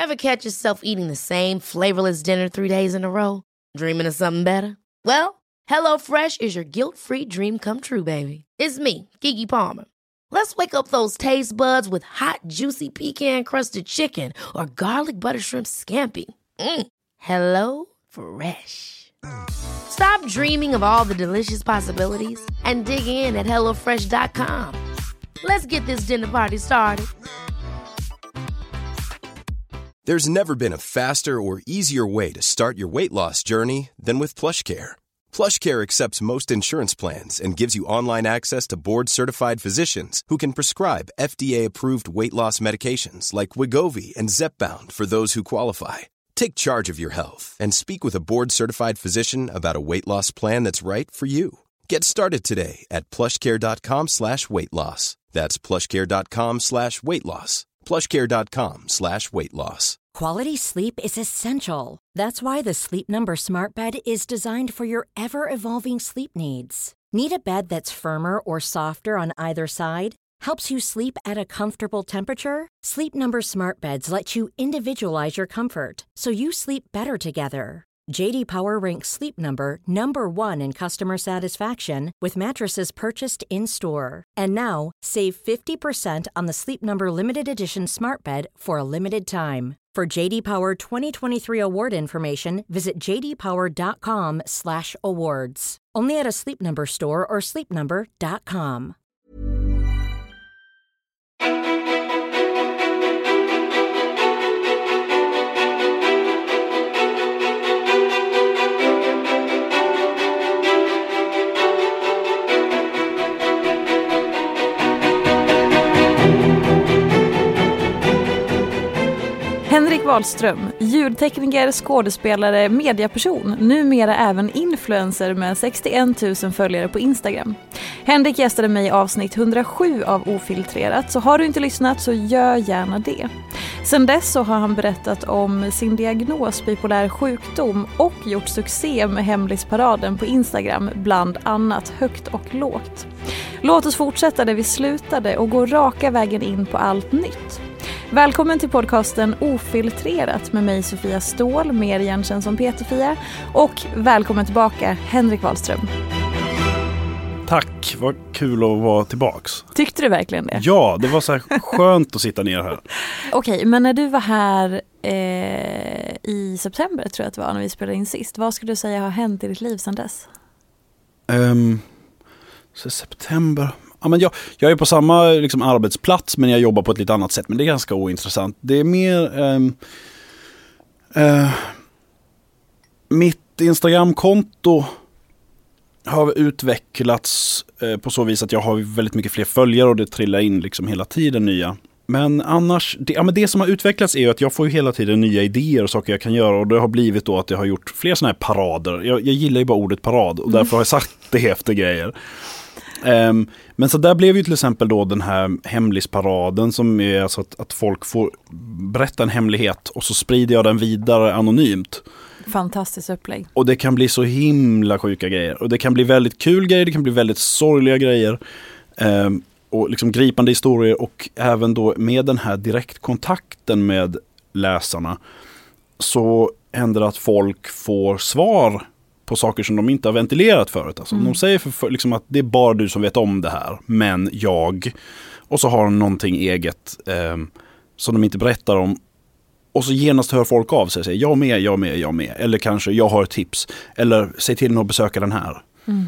Ever catch yourself eating the same flavorless dinner 3 days in a row? Dreaming of something better? Well, HelloFresh is your guilt-free dream come true, baby. It's me, Keke Palmer. Let's wake up those taste buds with hot, juicy pecan-crusted chicken or garlic butter shrimp scampi. Hello Fresh. Stop dreaming of all the delicious possibilities and dig in at HelloFresh.com. Let's get this dinner party started. There's never been a faster or easier way to start your weight loss journey than with PlushCare. PlushCare accepts most insurance plans and gives you online access to board-certified physicians who can prescribe FDA-approved weight loss medications like Wegovy and Zepbound for those who qualify. Take charge of your health and speak with a board-certified physician about a weight loss plan that's right for you. Get started today at plushcare.com/weightloss. That's plushcare.com/weightloss. plushcare.com/weightloss. Quality sleep is essential. That's why the Sleep Number Smart Bed is designed for your ever-evolving sleep needs. Need a bed that's firmer or softer on either side? Helps you sleep at a comfortable temperature? Sleep Number Smart Beds let you individualize your comfort, so you sleep better together. J.D. Power ranks Sleep Number #1 in customer satisfaction with mattresses purchased in-store. And now, save 50% on the Sleep Number Limited Edition Smart Bed for a limited time. For J.D. Power 2023 award information, visit jdpower.com/awards. Only at a Sleep Number store or sleepnumber.com. Henrik Wahlström, ljudtekniker, skådespelare, mediaperson, numera även influencer med 61 000 följare på Instagram. Henrik gästade mig i avsnitt 107 av Ofiltrerat, så har du inte lyssnat så gör gärna det. Sen dess så har han berättat om sin diagnos bipolär sjukdom och gjort succé med hemlisparaden på Instagram, bland annat högt och lågt. Låt oss fortsätta där vi slutade och gå raka vägen in på allt nytt. Välkommen till podcasten Ofiltrerat med mig Sofia Ståhl, mer igenkänd som Peter-Fia, och välkommen tillbaka Henrik Wahlström. Tack, vad kul att vara tillbaks. Tyckte du verkligen det? Ja, det var så här skönt att sitta ner här. Okej, men när du var här i september tror jag att det var när vi spelade in sist, vad skulle du säga har hänt i ditt liv sedan dess? Så september... Ja, men jag är på samma liksom, arbetsplats, men jag jobbar på ett lite annat sätt. Men det är ganska ointressant. Det är mer... mitt Instagram-konto har utvecklats på så vis att jag har väldigt mycket fler följare och det trillar in liksom hela tiden nya. Men annars, det som har utvecklats är ju att jag får ju hela tiden nya idéer och saker jag kan göra, och det har blivit då att jag har gjort fler såna här parader. Jag gillar ju bara ordet parad och därför har jag sagt det efter grejer. Men så där blev ju till exempel då den här hemlisparaden som är alltså att folk får berätta en hemlighet och så sprider jag den vidare anonymt. Fantastiskt upplägg. Och det kan bli så himla sjuka grejer. Och det kan bli väldigt kul grejer, det kan bli väldigt sorgliga grejer. Och liksom gripande historier, och även då med den här direktkontakten med läsarna så händer det att folk får svar på saker som de inte har ventilerat förut. Alltså, de säger liksom att det är bara du som vet om det här, men jag. Och så har de någonting eget som de inte berättar om. Och så genast hör folk av sig och säger jag med. Eller kanske jag har ett tips. Eller säg till mig att besöka den här.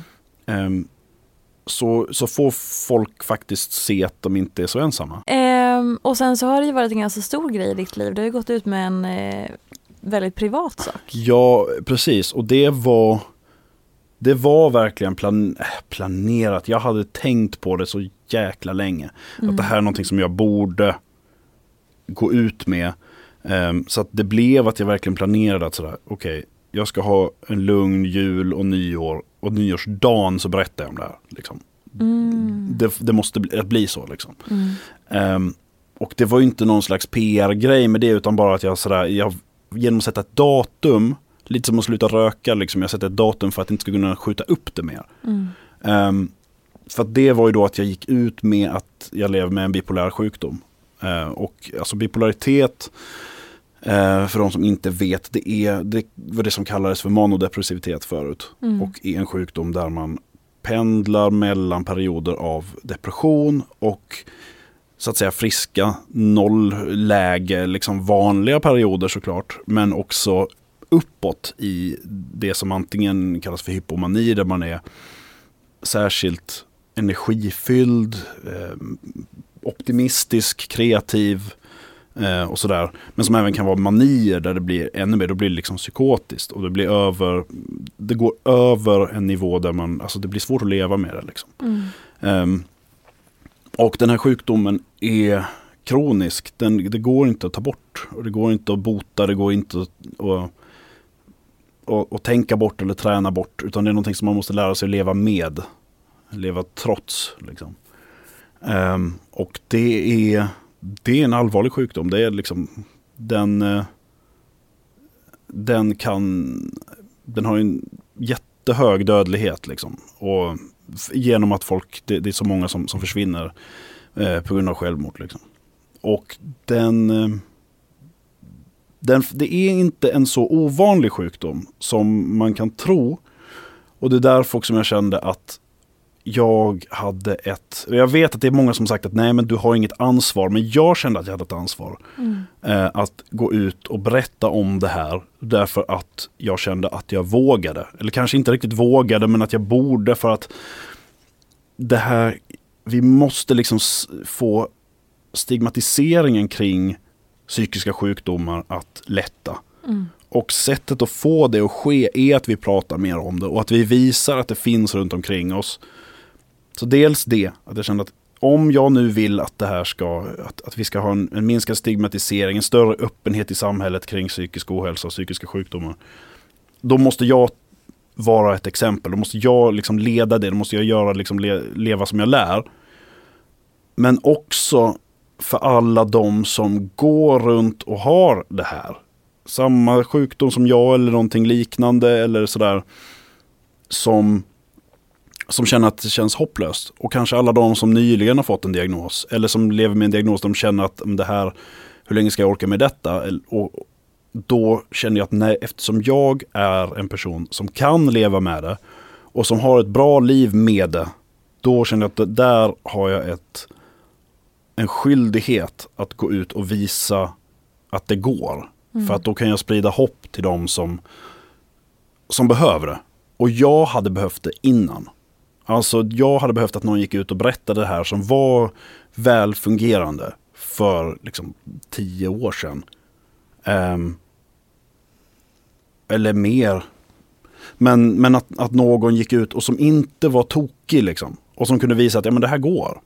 Så får folk faktiskt se att de inte är så ensamma. Och sen så har det ju varit en ganska stor grej i ditt liv. Du har ju gått ut med en väldigt privat sak. Ja, precis. Och det var verkligen planerat. Jag hade tänkt på det så jäkla länge. Att det här är någonting som jag borde gå ut med. Så att det blev att jag verkligen planerade att sådär, okej, jag ska ha en lugn jul och nyår, och nyårsdagen så berättar jag om det här. Liksom. Det måste bli så. Liksom. Och det var ju inte någon slags PR-grej med det, utan bara att jag genom att sätta ett datum, lite som att sluta röka, liksom, jag sätter ett datum för att inte ska kunna skjuta upp det mer. För att det var ju då att jag gick ut med att jag lever med en bipolär sjukdom. Och alltså bipolaritet För de som inte vet, det var det som kallades för manodepressivitet förut. Och är en sjukdom där man pendlar mellan perioder av depression och så att säga friska nollläge, liksom vanliga perioder såklart, men också uppåt i det som antingen kallas för hypomani, där man är särskilt energifylld, optimistisk, kreativ och sådär. Men som även kan vara manier där det blir ännu mer, då blir det liksom psykotiskt och det går över en nivå där det blir svårt att leva med det liksom. Och den här sjukdomen är kronisk. Det går inte att ta bort och det går inte att bota, det går inte att tänka bort eller träna bort, utan det är någonting som man måste lära sig att leva med, leva trots liksom. Och det är en allvarlig sjukdom. Det är liksom den har en jättehög dödlighet liksom, och genom att det är så många som försvinner på grund av självmord liksom. Och det är inte en så ovanlig sjukdom som man kan tro, och det är därför också som jag kände att jag vet att det är många som sagt att nej, men du har inget ansvar, men jag kände att jag hade ett ansvar att gå ut och berätta om det här, därför att jag kände att jag vågade, eller kanske inte riktigt vågade, men att jag borde, för att det här, vi måste liksom få stigmatiseringen kring psykiska sjukdomar att lätta. Och sättet att få det att ske är att vi pratar mer om det och att vi visar att det finns runt omkring oss. Så dels det, att jag kände att om jag nu vill att det här att vi ska ha en minskad stigmatisering, en större öppenhet i samhället kring psykisk ohälsa och psykiska sjukdomar, då måste jag vara ett exempel. Då måste jag liksom leda det, då måste jag göra liksom leva som jag lär. Men också för alla de som går runt och har det här, samma sjukdom som jag eller någonting liknande eller sådär, som känner att det känns hopplöst. Och kanske alla de som nyligen har fått en diagnos eller som lever med en diagnos, de känner att det här, hur länge ska jag orka med detta? Och då känner jag att nej, eftersom jag är en person som kan leva med det och som har ett bra liv med det, då känner jag att där har jag en skyldighet att gå ut och visa att det går. För att då kan jag sprida hopp till dem som behöver det. Och jag hade behövt det innan. Alltså jag hade behövt att någon gick ut och berättade det här som var väl fungerande för liksom 10 år sedan. Eller mer. Men att någon gick ut och som inte var tokig liksom. Och som kunde visa att ja, men det här går.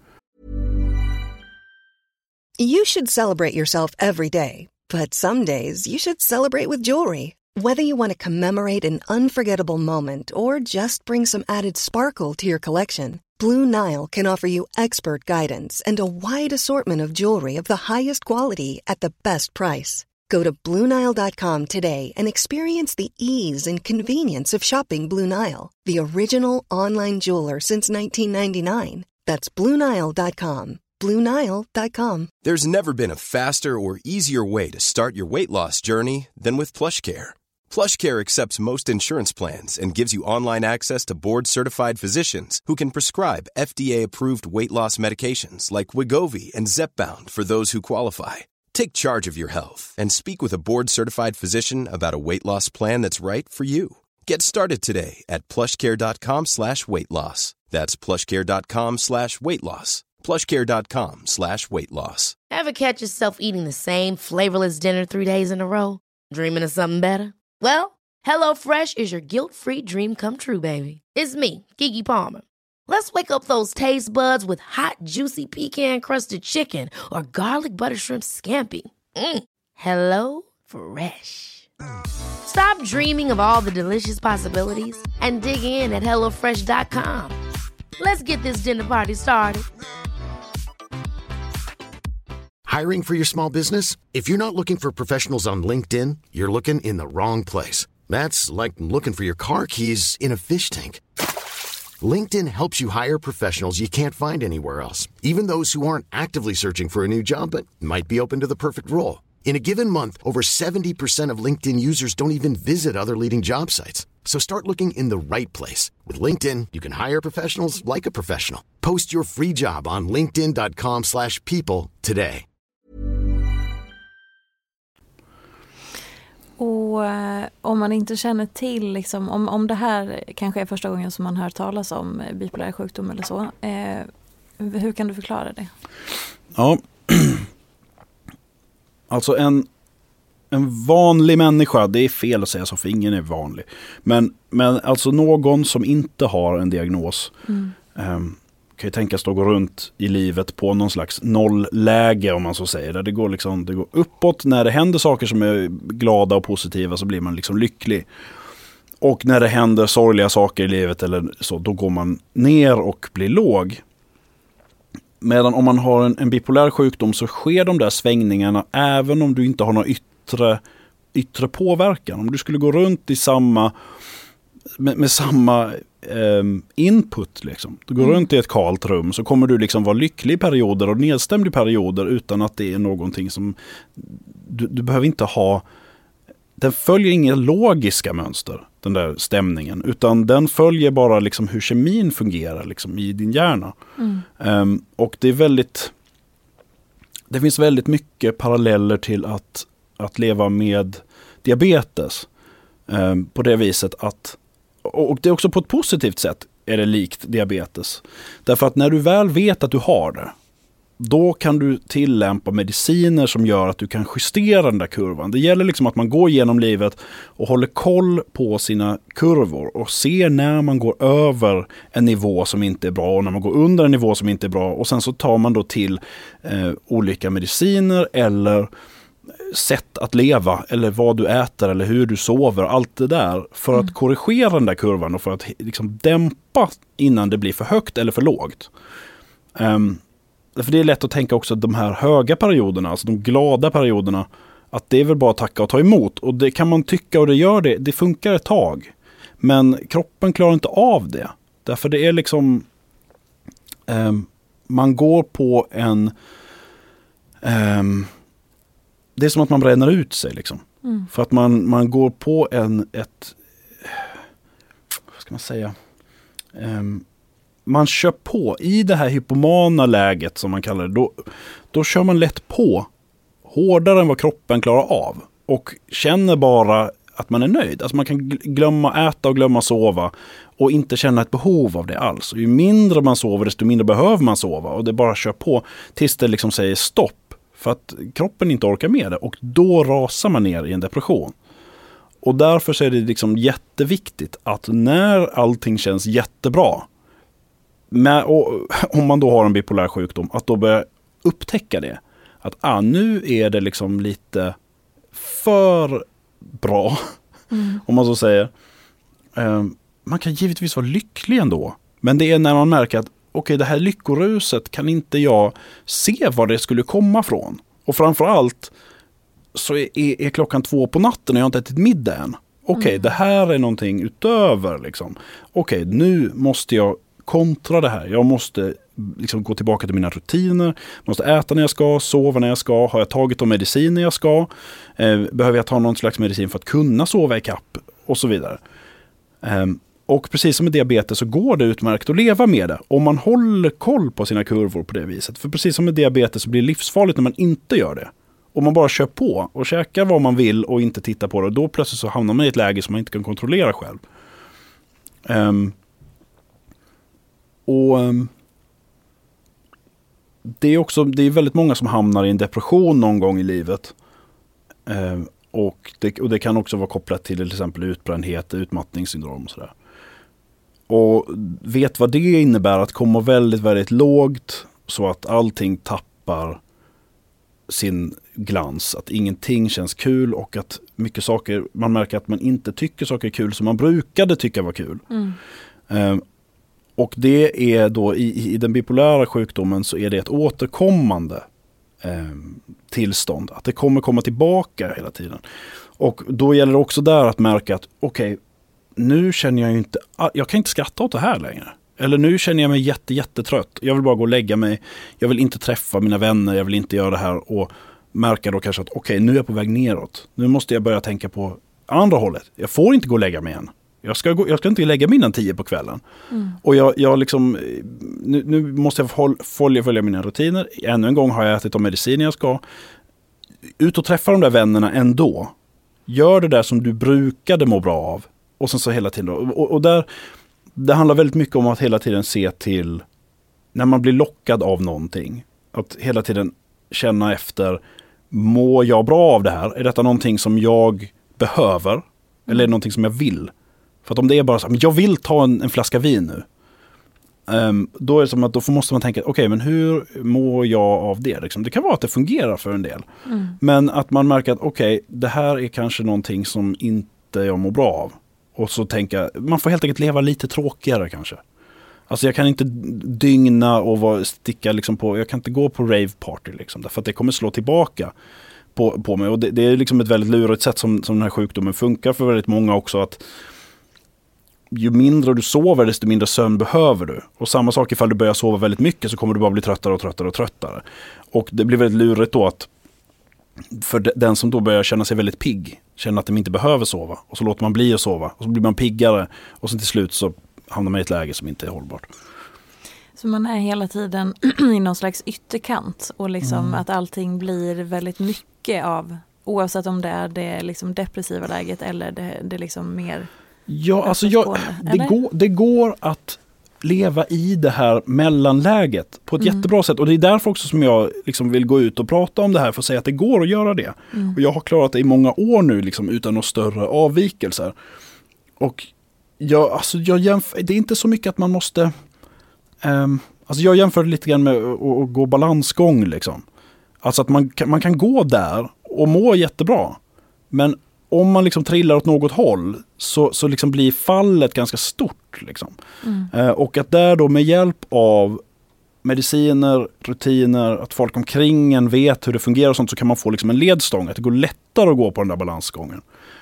You should celebrate yourself every day. But some days you should celebrate with jewelry. Whether you want to commemorate an unforgettable moment or just bring some added sparkle to your collection, Blue Nile can offer you expert guidance and a wide assortment of jewelry of the highest quality at the best price. Go to BlueNile.com today and experience the ease and convenience of shopping Blue Nile, the original online jeweler since 1999. That's BlueNile.com. BlueNile.com. There's never been a faster or easier way to start your weight loss journey than with PlushCare. PlushCare accepts most insurance plans and gives you online access to board-certified physicians who can prescribe FDA-approved weight loss medications like Wegovy and Zepbound for those who qualify. Take charge of your health and speak with a board-certified physician about a weight loss plan that's right for you. Get started today at plushcare.com/weightloss. That's plushcare.com/weightloss. plushcare.com/weightloss. Ever catch yourself eating the same flavorless dinner 3 days in a row? Dreaming of something better? Well, HelloFresh is your guilt-free dream come true, baby. It's me, Keke Palmer. Let's wake up those taste buds with hot, juicy pecan-crusted chicken or garlic butter shrimp scampi. Hello Fresh. Stop dreaming of all the delicious possibilities and dig in at HelloFresh.com. Let's get this dinner party started. Hiring for your small business? If you're not looking for professionals on LinkedIn, you're looking in the wrong place. That's like looking for your car keys in a fish tank. LinkedIn helps you hire professionals you can't find anywhere else, even those who aren't actively searching for a new job but might be open to the perfect role. In a given month, over 70% of LinkedIn users don't even visit other leading job sites. So start looking in the right place. With LinkedIn, you can hire professionals like a professional. Post your free job on linkedin.com/people today. Och om man inte känner till, liksom, om det här kanske är första gången som man hör talas om bipolär sjukdom eller så, hur kan du förklara det? Ja, alltså en vanlig människa, det är fel att säga så för ingen är vanlig. Men alltså någon som inte har en diagnos kan ju tänkas då gå runt i livet på någon slags nollläge, om man så säger. Där det går uppåt. När det händer saker som är glada och positiva så blir man liksom lycklig. Och när det händer sorgliga saker i livet eller så, då går man ner och blir låg. Medan om man har en bipolär sjukdom så sker de där svängningarna även om du inte har någon yttre påverkan. Om du skulle gå runt i med samma input liksom. Du går runt i ett kalt rum så kommer du liksom vara lycklig i perioder och nedstämd i perioder utan att det är någonting som du behöver inte ha. Den följer inga logiska mönster, den där stämningen, utan den följer bara liksom hur kemin fungerar liksom i din hjärna. Och det finns väldigt mycket paralleller till att leva med diabetes på det viset att, och det är också på ett positivt sätt är det likt diabetes. Därför att när du väl vet att du har det, då kan du tillämpa mediciner som gör att du kan justera den där kurvan. Det gäller liksom att man går igenom livet och håller koll på sina kurvor och ser när man går över en nivå som inte är bra och när man går under en nivå som inte är bra. Och sen så tar man då till olika mediciner eller sätt att leva eller vad du äter eller hur du sover, allt det där för att korrigera den där kurvan och för att liksom dämpa innan det blir för högt eller för lågt. För det är lätt att tänka också att de här höga perioderna, alltså de glada perioderna, att det är väl bara att tacka och ta emot. Och det kan man tycka och det gör det. Det funkar ett tag. Men kroppen klarar inte av det. Därför det är liksom man går på en det är som att man bränner ut sig liksom. För att man går på ett vad ska man säga, man kör på i det här hypomana läget som man kallar det, då kör man lätt på hårdare än vad kroppen klarar av och känner bara att man är nöjd. Alltså man kan glömma äta och glömma sova och inte känna ett behov av det alls. Och ju mindre man sover desto mindre behöver man sova och det bara kör på tills det liksom säger stopp för att kroppen inte orkar med det och då rasar man ner i en depression. Och därför så är det liksom jätteviktigt att när allting känns jättebra, om man då har en bipolär sjukdom, att då börja upptäcka det. Att nu är det liksom lite för bra, om man så säger. Man kan givetvis vara lycklig ändå. Men det är när man märker att okej, det här lyckoruset kan inte jag se var det skulle komma från. Och framförallt så är klockan 2 på natten och jag har inte ätit middag än. Okej, det här är någonting utöver liksom. Okej, nu måste jag kontra det här. Jag måste liksom gå tillbaka till mina rutiner. Måste äta när jag ska, sova när jag ska. Har jag tagit de mediciner jag ska? Behöver jag ta någon slags medicin för att kunna sova i kapp? Och så vidare. Och precis som med diabetes så går det utmärkt att leva med det. Om man håller koll på sina kurvor på det viset. För precis som med diabetes så blir det livsfarligt när man inte gör det. Om man bara kör på och käkar vad man vill och inte tittar på det. Då plötsligt så hamnar man i ett läge som man inte kan kontrollera själv. Det är väldigt många som hamnar i en depression någon gång i livet. Och det kan också vara kopplat till exempel utbrändhet, utmattningssyndrom och sådär. Och vet vad det innebär att komma väldigt, väldigt lågt så att allting tappar sin glans, att ingenting känns kul och att mycket saker, man märker att man inte tycker saker är kul som man brukade tycka var kul. Och det är då i den bipolära sjukdomen så är det ett återkommande tillstånd. Att det kommer komma tillbaka hela tiden. Och då gäller det också där att märka att okej, nu känner jag ju inte, jag kan inte skratta åt det här längre. Eller nu känner jag mig jättetrött. Jag vill bara gå och lägga mig. Jag vill inte träffa mina vänner. Jag vill inte göra det här. Och märka då kanske att okej, nu är jag på väg neråt. Nu måste jag börja tänka på andra hållet. Jag får inte gå och lägga mig igen. Jag ska inte lägga mig innan 10 på kvällen. Och jag liksom, nu måste jag följa mina rutiner. Ännu en gång har jag ätit de mediciner jag ska. Ut och träffa de där vännerna ändå. Gör det där som du brukade må bra av. Och sen så hela tiden då. Och där, det handlar väldigt mycket om att hela tiden se till när man blir lockad av någonting. Att hela tiden känna efter, mår jag bra av det här? Är detta någonting som jag behöver? Eller är det någonting som jag vill? För att om det är bara så, men jag vill ta en flaska vin nu. Då är det som att då måste man tänka, okej, men hur mår jag av det? Liksom? Det kan vara att det fungerar för en del. Men att man märker att okej, det här är kanske någonting som inte jag mår bra av. Och så tänka, man får helt enkelt leva lite tråkigare kanske. Alltså jag kan inte dygna och sticka liksom på, jag kan inte gå på rave party liksom, därför att det kommer slå tillbaka på mig. Och det är liksom ett väldigt lurigt sätt som den här sjukdomen funkar för väldigt många också, att ju mindre du sover, desto mindre sömn behöver du. Och samma sak ifall du börjar sova väldigt mycket, så kommer du bara bli tröttare och tröttare och tröttare. Och det blir väldigt lurigt då att för den som då börjar känna sig väldigt pigg, känner att de inte behöver sova, och så låter man bli att sova, och så blir man piggare, och sen till slut så hamnar man i ett läge som inte är hållbart. Så man är hela tiden i någon slags ytterkant, och liksom att allting blir väldigt mycket av, oavsett om det är det liksom depressiva läget eller det liksom mer. Ja, alltså det går att leva i det här mellanläget på ett jättebra sätt, och det är därför också som jag liksom vill gå ut och prata om det här, för att säga att det går att göra det. Och jag har klarat det i många år nu liksom, utan några större avvikelser. Och det är inte så mycket att man måste jag jämför lite grann med att gå balansgång liksom. Alltså att man kan gå där och må jättebra, men om man liksom trillar åt något håll så liksom blir fallet ganska stort liksom. Och att där då med hjälp av mediciner, rutiner, att folk omkring en vet hur det fungerar och sånt, så kan man få liksom en ledstång, att det går lättare att gå på den där balansgången.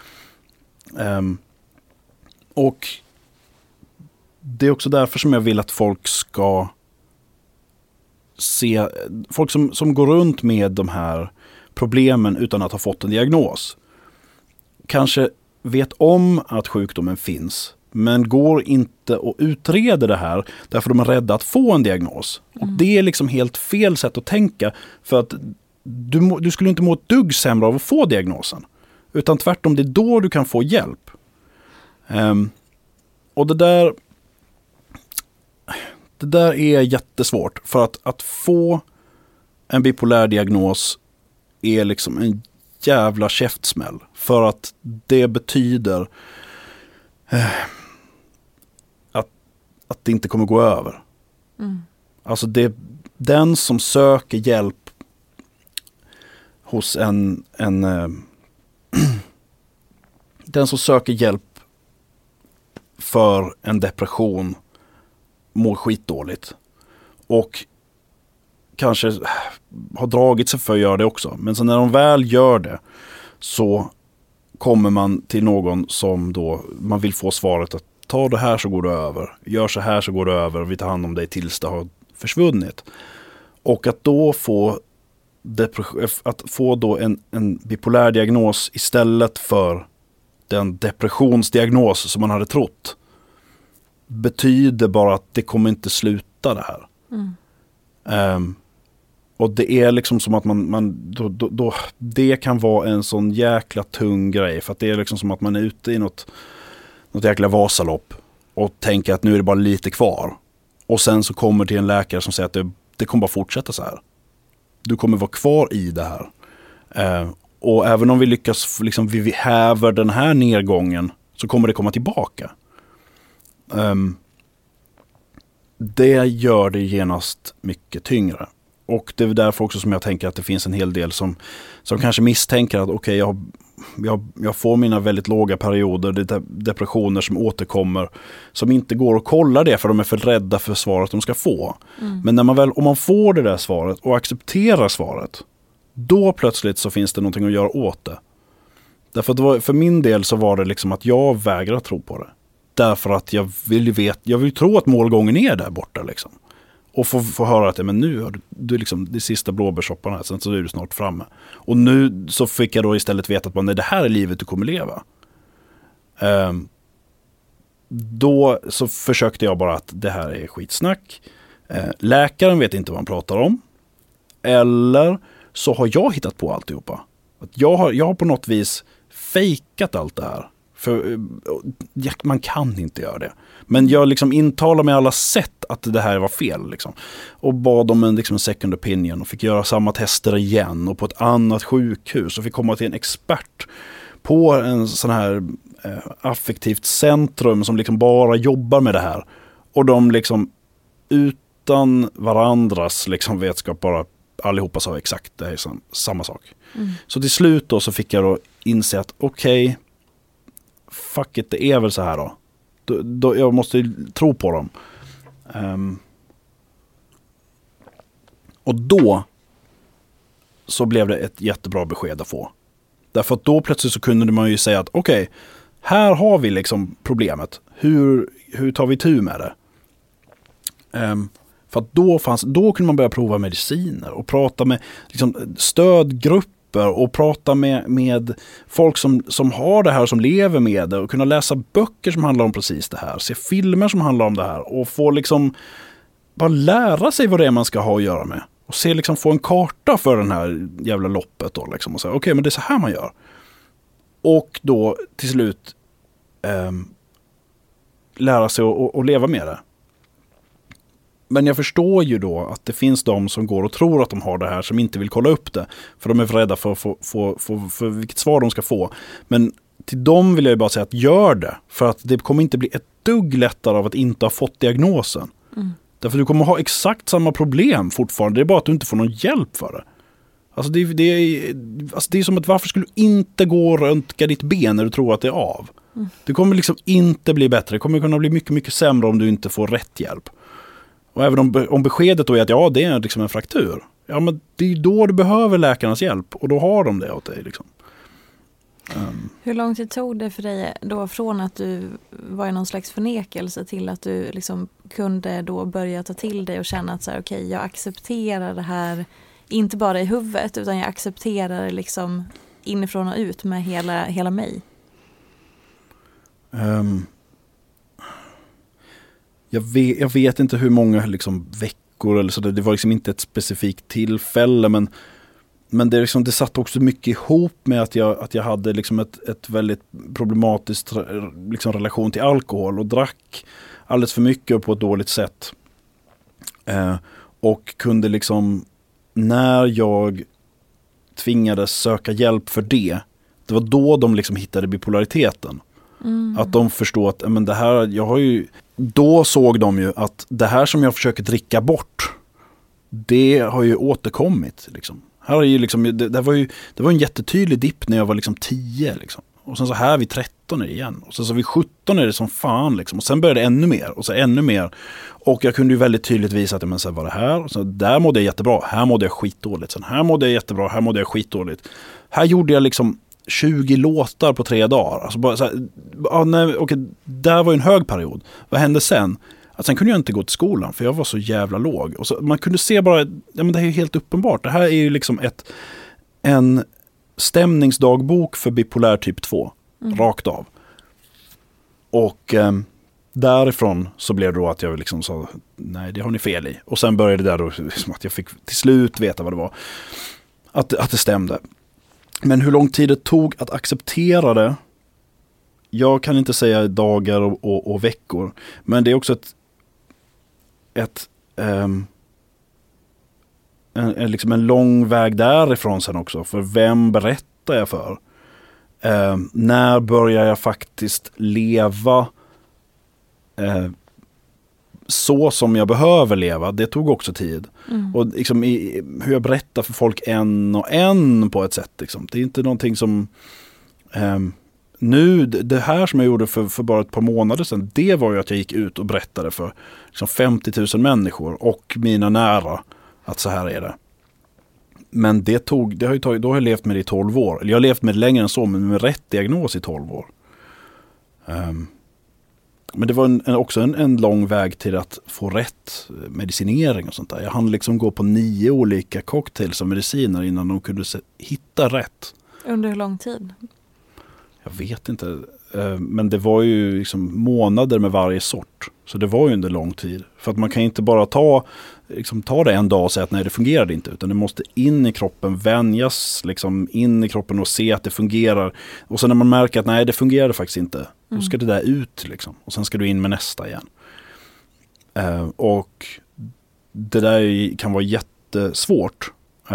Och det är också därför som jag vill att folk ska se, folk som går runt med de här problemen utan att ha fått en diagnos, kanske vet om att sjukdomen finns, men går inte och utreder det här därför de är rädda att få en diagnos. Och det är liksom helt fel sätt att tänka, för att du skulle inte må ett dugg sämre av att få diagnosen, utan tvärtom, det är då du kan få hjälp. Och det där är jättesvårt, för att få en bipolär diagnos är liksom en jävla käftsmäll, för att det betyder att det inte kommer gå över. Alltså den som söker hjälp hos den som söker hjälp för en depression mår skitdåligt och kanske har dragit sig för att göra det också. Men så när de väl gör det, så kommer man till någon som då man vill få svaret att ta det här så går det över. Gör så här så går det över. Vi tar hand om dig tills det har försvunnit. Och att då få då en bipolär diagnos istället för den depressionsdiagnos som man hade trott, betyder bara att det kommer inte sluta det här. Och det är liksom som att då det kan vara en sån jäkla tung grej, för att det är liksom som att man är ute i något jäkla Vasalopp och tänker att nu är det bara lite kvar, och sen så kommer till en läkare som säger att det kommer bara fortsätta så här. Du kommer vara kvar i det här. Och även om vi lyckas liksom, vi häver den här nedgången, så kommer det komma tillbaka. Det gör det genast mycket tyngre. Och det är därför också som jag tänker att det finns en hel del som kanske misstänker att okej, jag får mina väldigt låga perioder, det är depressioner som återkommer, som inte går att kolla det för de är för rädda för svaret de ska få. Men om man får det där svaret och accepterar svaret, då plötsligt så finns det någonting att göra åt det. Därför att för min del så var det liksom att jag vägrar tro på det. Därför att jag vill tro att målgången är där borta liksom. Och få höra att men nu har du liksom det sista blåbärssoppan här, sen så är du snart framme. Och nu så fick jag då istället veta att nej, det här är livet du kommer leva. Då så försökte jag bara att det här är skitsnack. Läkaren vet inte vad han pratar om. Eller så har jag hittat på alltihopa. Att jag har på något vis fejkat allt det här. För man kan inte göra det. Men jag liksom intalar med alla sätt att det här var fel. Liksom. Och bad om en second opinion och fick göra samma tester igen och på ett annat sjukhus och fick komma till en expert på en sån här affektivt centrum som liksom bara jobbar med det här. Och de liksom utan varandras liksom vetskap bara allihopa sa exakt det är samma sak. Så till slut då så fick jag då inse att okej, fuck it, det är väl så här då. Jag måste tro på dem. Och då så blev det ett jättebra besked att få. Därför att då plötsligt så kunde man ju säga att okej, här har vi liksom problemet. Hur tar vi tur med det? För att då kunde man börja prova mediciner och prata med liksom stödgrupper och prata med folk som har det här, som lever med det, och kunna läsa böcker som handlar om precis det här, se filmer som handlar om det här och få liksom bara lära sig vad det är man ska ha att göra med och se liksom få en karta för den här jävla loppet då liksom och säga okej, men det är så här man gör. Och då till slut lära sig att leva med det. Men jag förstår ju då att det finns de som går och tror att de har det här som inte vill kolla upp det. För de är rädda för vilket svar de ska få. Men till dem vill jag ju bara säga att gör det. För att det kommer inte bli ett dugg lättare av att inte ha fått diagnosen. Därför du kommer ha exakt samma problem fortfarande. Det är bara att du inte får någon hjälp för det. Alltså det är som att varför skulle du inte gå och röntga ditt ben när du tror att det är av? Det kommer liksom inte bli bättre. Det kommer kunna bli mycket, mycket sämre om du inte får rätt hjälp. Och även om beskedet då är att ja, det är liksom en fraktur. Ja, men det är ju då du behöver läkarnas hjälp. Och då har de det åt dig liksom. Hur lång tid tog det för dig då från att du var i någon slags förnekelse till att du liksom kunde då börja ta till dig och känna att så här, okej, jag accepterar det här, inte bara i huvudet utan jag accepterar det liksom inifrån och ut med hela mig? Jag vet inte hur många liksom veckor eller så. Det var liksom inte ett specifikt tillfälle, men det, liksom, det satt också mycket ihop med att jag hade liksom ett väldigt problematiskt liksom, relation till alkohol och drack alldeles för mycket på ett dåligt sätt. Och kunde liksom, när jag tvingades söka hjälp för det var då de liksom hittade bipolariteten. Att de förstår att men det här, då såg de ju att det här som jag försöker dricka bort, det har ju återkommit liksom. Här är ju liksom, det var en jättetydlig dipp när jag var liksom 10 liksom. Och sen så här vid 13 är det igen. Och sen så vid 17 är det som fan liksom. Och sen började det ännu mer och så ännu mer. Och jag kunde ju väldigt tydligt visa att men så var det här. Och så där mådde jag jättebra. Här mådde jag skitdåligt. Sen här mådde jag jättebra. Här mådde jag skitdåligt. Här gjorde jag liksom 20 låtar på 3 dagar. Alltså bara så här, okej, där var ju en hög period. Vad hände sen? Att sen kunde jag inte gå till skolan för jag var så jävla låg. Och så, man kunde se bara, ja men det här är ju helt uppenbart. Det här är ju liksom en stämningsdagbok för bipolär typ 2. Rakt av. Och därifrån så blev det då att jag liksom sa, nej det har ni fel i. Och sen började det där då, liksom att jag fick till slut veta vad det var. Att det stämde. Men hur lång tid det tog att acceptera det, jag kan inte säga dagar och veckor. Men det är också liksom en lång väg därifrån sen också. För vem berättar jag för? När börjar jag faktiskt leva så som jag behöver leva? Det tog också tid. Och liksom hur jag berättar för folk en och en på ett sätt. Liksom. Det är inte någonting som... Nu, det här som jag gjorde för bara ett par månader sedan, det var ju att jag gick ut och berättade för liksom 50 000 människor och mina nära att så här är det. Men då har jag levt med det i 12 år. Eller jag har levt med det längre än så, men med rätt diagnos i 12 år. Men det var också en lång väg till att få rätt medicinering och sånt där. Jag hann liksom gå på 9 olika cocktails av mediciner innan de kunde hitta rätt. Under hur lång tid? Jag vet inte. Men det var ju liksom månader med varje sort. Så det var ju under lång tid. För att man kan inte bara ta det en dag och säga att nej, det fungerade inte. Utan det måste in i kroppen, vänjas liksom in i kroppen och se att det fungerar. Och sen när man märker att nej, det fungerade faktiskt inte. Då ska det där ut liksom. Och sen ska du in med nästa igen. Och det där kan vara jättesvårt.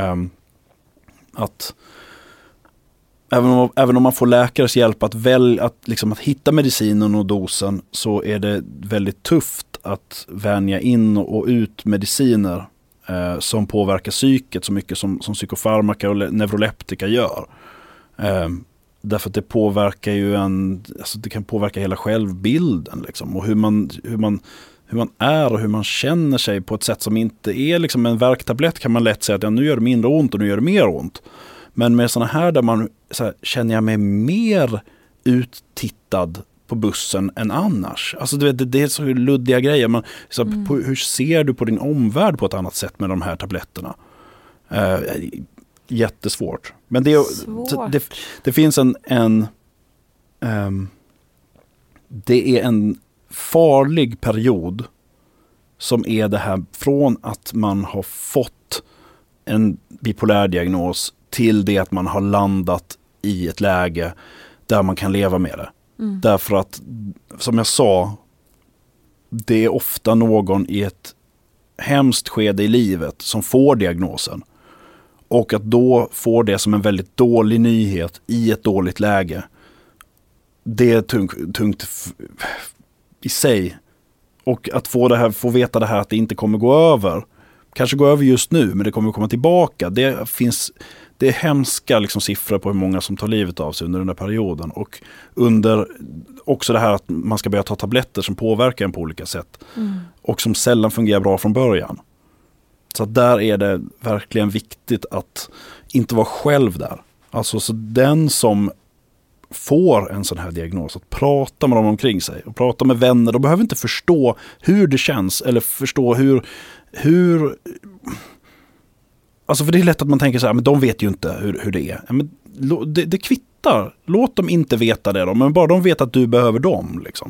Att Även om man får läkares hjälp att hitta medicinen och dosen, så är det väldigt tufft att vänja in och ut mediciner som påverkar psyket så mycket som psykofarmaka och neuroleptika gör. Därför att det påverkar ju det kan påverka hela självbilden liksom, och hur man är och hur man känner sig på ett sätt som inte är liksom en värktablett. Kan man lätt säga att nu gör det mindre ont och nu gör det mer ont. Men med såna här där man känner jag mig mer uttittad på bussen än annars. Alltså det är så luddiga grejer. Hur ser du på din omvärld på ett annat sätt med de här tabletterna? Jättesvårt. Men det finns det är en farlig period som är det här från att man har fått en bipolär diagnos till det att man har landat i ett läge där man kan leva med det. Därför att, som jag sa, det är ofta någon i ett hemskt skede i livet som får diagnosen. Och att då få det som en väldigt dålig nyhet i ett dåligt läge, det är tungt i sig. Och att få veta det här att det inte kommer gå över. Kanske gå över just nu, men det kommer komma tillbaka. Det är hemska liksom siffror på hur många som tar livet av sig under den där perioden. Och under också det här att man ska börja ta tabletter som påverkar en på olika sätt. Och som sällan fungerar bra från början. Så där är det verkligen viktigt att inte vara själv där. Alltså så den som får en sån här diagnos, att prata med dem omkring sig och prata med vänner. De behöver inte förstå hur det känns eller förstå hur alltså för det är lätt att man tänker så här, men de vet ju inte hur det är. Men det kvittar. Låt dem inte veta det då, men bara de vet att du behöver dem liksom.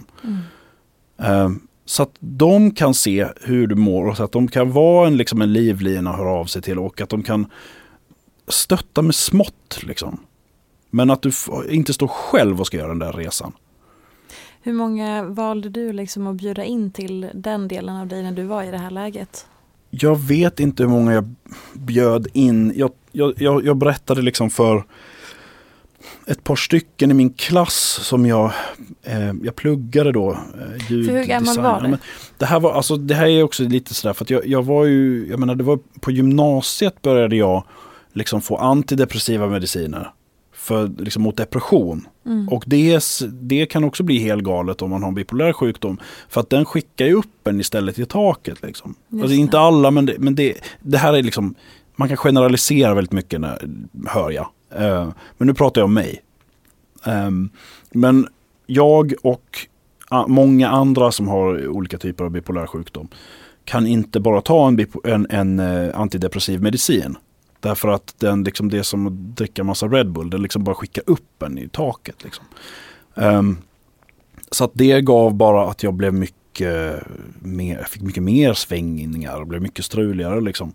Så att de kan se hur du mår och så att de kan vara en livlina att höra av sig till och att de kan stötta med smått liksom. Men att du inte står själv och ska göra den där resan. Hur många valde du liksom att bjuda in till den delen av dig när du var i det här läget? Jag vet inte hur många jag bjöd in. Jag berättade liksom för ett par stycken i min klass som jag pluggade då. För hur gammal var du? Det här är också lite sådär för att jag var ju, jag menar det var på gymnasiet började jag liksom få antidepressiva mediciner för liksom mot depression. Och det kan också bli helt galet om man har en bipolär sjukdom, för att den skickar ju upp en istället i taket liksom. Alltså inte alla, men det här är liksom, man kan generalisera väldigt mycket hör jag. Men nu pratar jag om mig. Men jag och många andra som har olika typer av bipolär sjukdom kan inte bara ta en antidepressiv medicin. Därför att den liksom, det är som att dricka massa Red Bull. Den liksom bara skickar upp en i taket. Liksom. Så att det gav bara att jag blev jag fick mycket mer svängningar och blev mycket struligare. Liksom.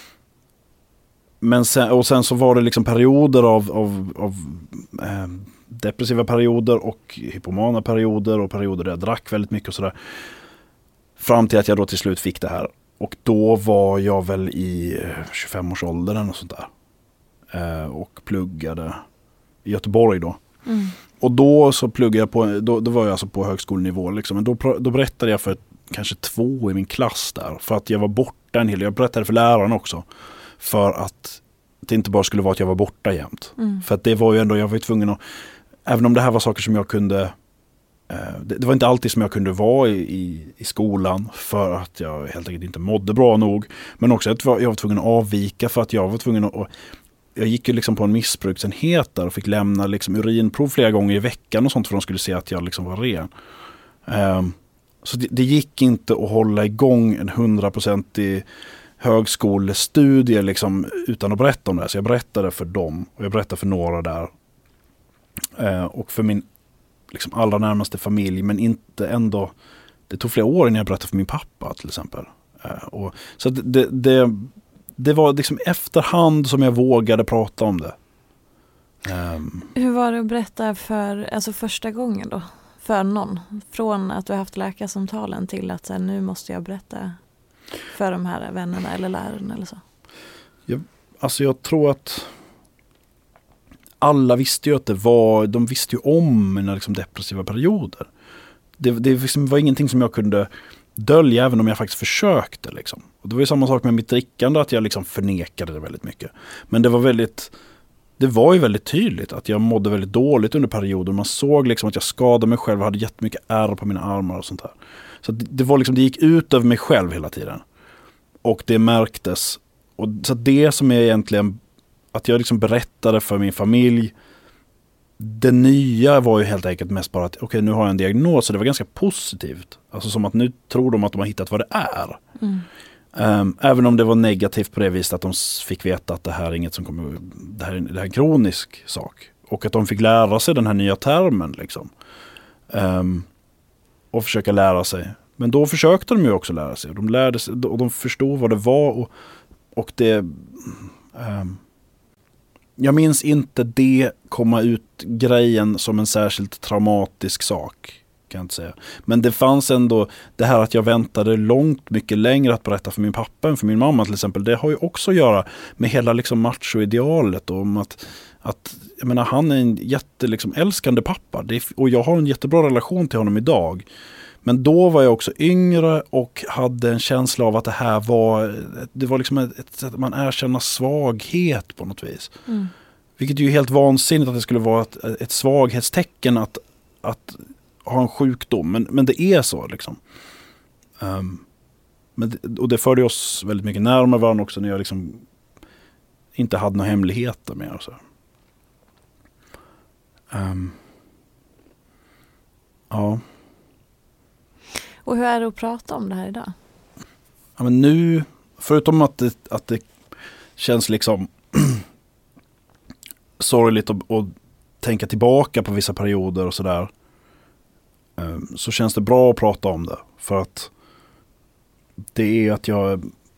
Men sen så var det liksom perioder av depressiva perioder och hypomana perioder och perioder där jag drack väldigt mycket och sådär. Fram till att jag då till slut fick det här. Och då var jag väl i 25-årsåldern och sånt där. Och pluggade i Göteborg då. Och då så pluggade jag på, då var jag alltså på högskolenivå liksom. Men då berättade jag för kanske 2 i min klass där. För att jag var borta en hel del. Jag berättade för läraren också. För att det inte bara skulle vara att jag var borta jämt. För att det var ju ändå, jag var ju tvungen att, även om det här var saker som jag kunde, det var inte alltid som jag kunde vara i skolan för att jag helt enkelt inte mådde bra nog. Men också att jag var tvungen att avvika för att jag var tvungen att, jag gick ju liksom på en missbruksenhet där och fick lämna liksom urinprov flera gånger i veckan och sånt för att de skulle se att jag liksom var ren. Så det gick inte att hålla igång en 100% högskolestudie liksom, utan att berätta om det här. Så jag berättade för dem och jag berättade för några där. Och för min liksom, allra närmaste familj, men inte ändå. Det tog flera år innan jag berättade för min pappa till exempel. Så det var liksom efterhand som jag vågade prata om det. Hur var det att berätta alltså första gången då? För någon? Från att du har haft läkarsamtalen till att så här, nu måste jag berätta för de här vännerna eller lärarna eller så? Jag tror att alla visste ju att de visste ju om mina liksom depressiva perioder. Det liksom var ingenting som jag kunde dölja även om jag faktiskt försökte. Liksom. Och det var ju samma sak med mitt drickande, att jag liksom förnekade det väldigt mycket. Men det var ju väldigt tydligt att jag mådde väldigt dåligt under perioder. Man såg liksom att jag skadade mig själv och hade jättemycket ärr på mina armar och sånt där. Så det var liksom, det gick ut över mig själv hela tiden. Och det märktes. Och så det som är egentligen att jag liksom berättade för min familj. Det nya var ju helt enkelt mest bara att okej, nu har jag en diagnos, så det var ganska positivt. Alltså som att nu tror de att de har hittat vad det är. Även om det var negativt på det viset att de fick veta att det här är inget som kommer, det här är en kronisk sak. Och att de fick lära sig den här nya termen liksom. Och försöka lära sig. Men då försökte de ju också lära sig. De lärde sig och de förstod vad det var och det... jag minns inte det komma ut grejen som en särskilt traumatisk sak, kan jag inte säga. Men det fanns ändå det här att jag väntade långt mycket längre att berätta för min pappa än för min mamma till exempel. Det har ju också att göra med hela liksom machoidealet och om att jag menar, han är en liksom älskande pappa. Och jag har en jättebra relation till honom idag. Men då var jag också yngre och hade en känsla av att det var liksom ett sätt att man erkänner svaghet på något vis. Vilket är ju helt vansinnigt att det skulle vara ett svaghetstecken att ha en sjukdom. Men det är så liksom. Och det förde oss väldigt mycket närmare varandra också när jag liksom inte hade några hemligheter mer. Så. Ja. Och hur är det att prata om det här idag? Ja, men nu, förutom att det känns liksom sorgligt att tänka tillbaka på vissa perioder och sådär, så känns det bra att prata om det. För att det är att jag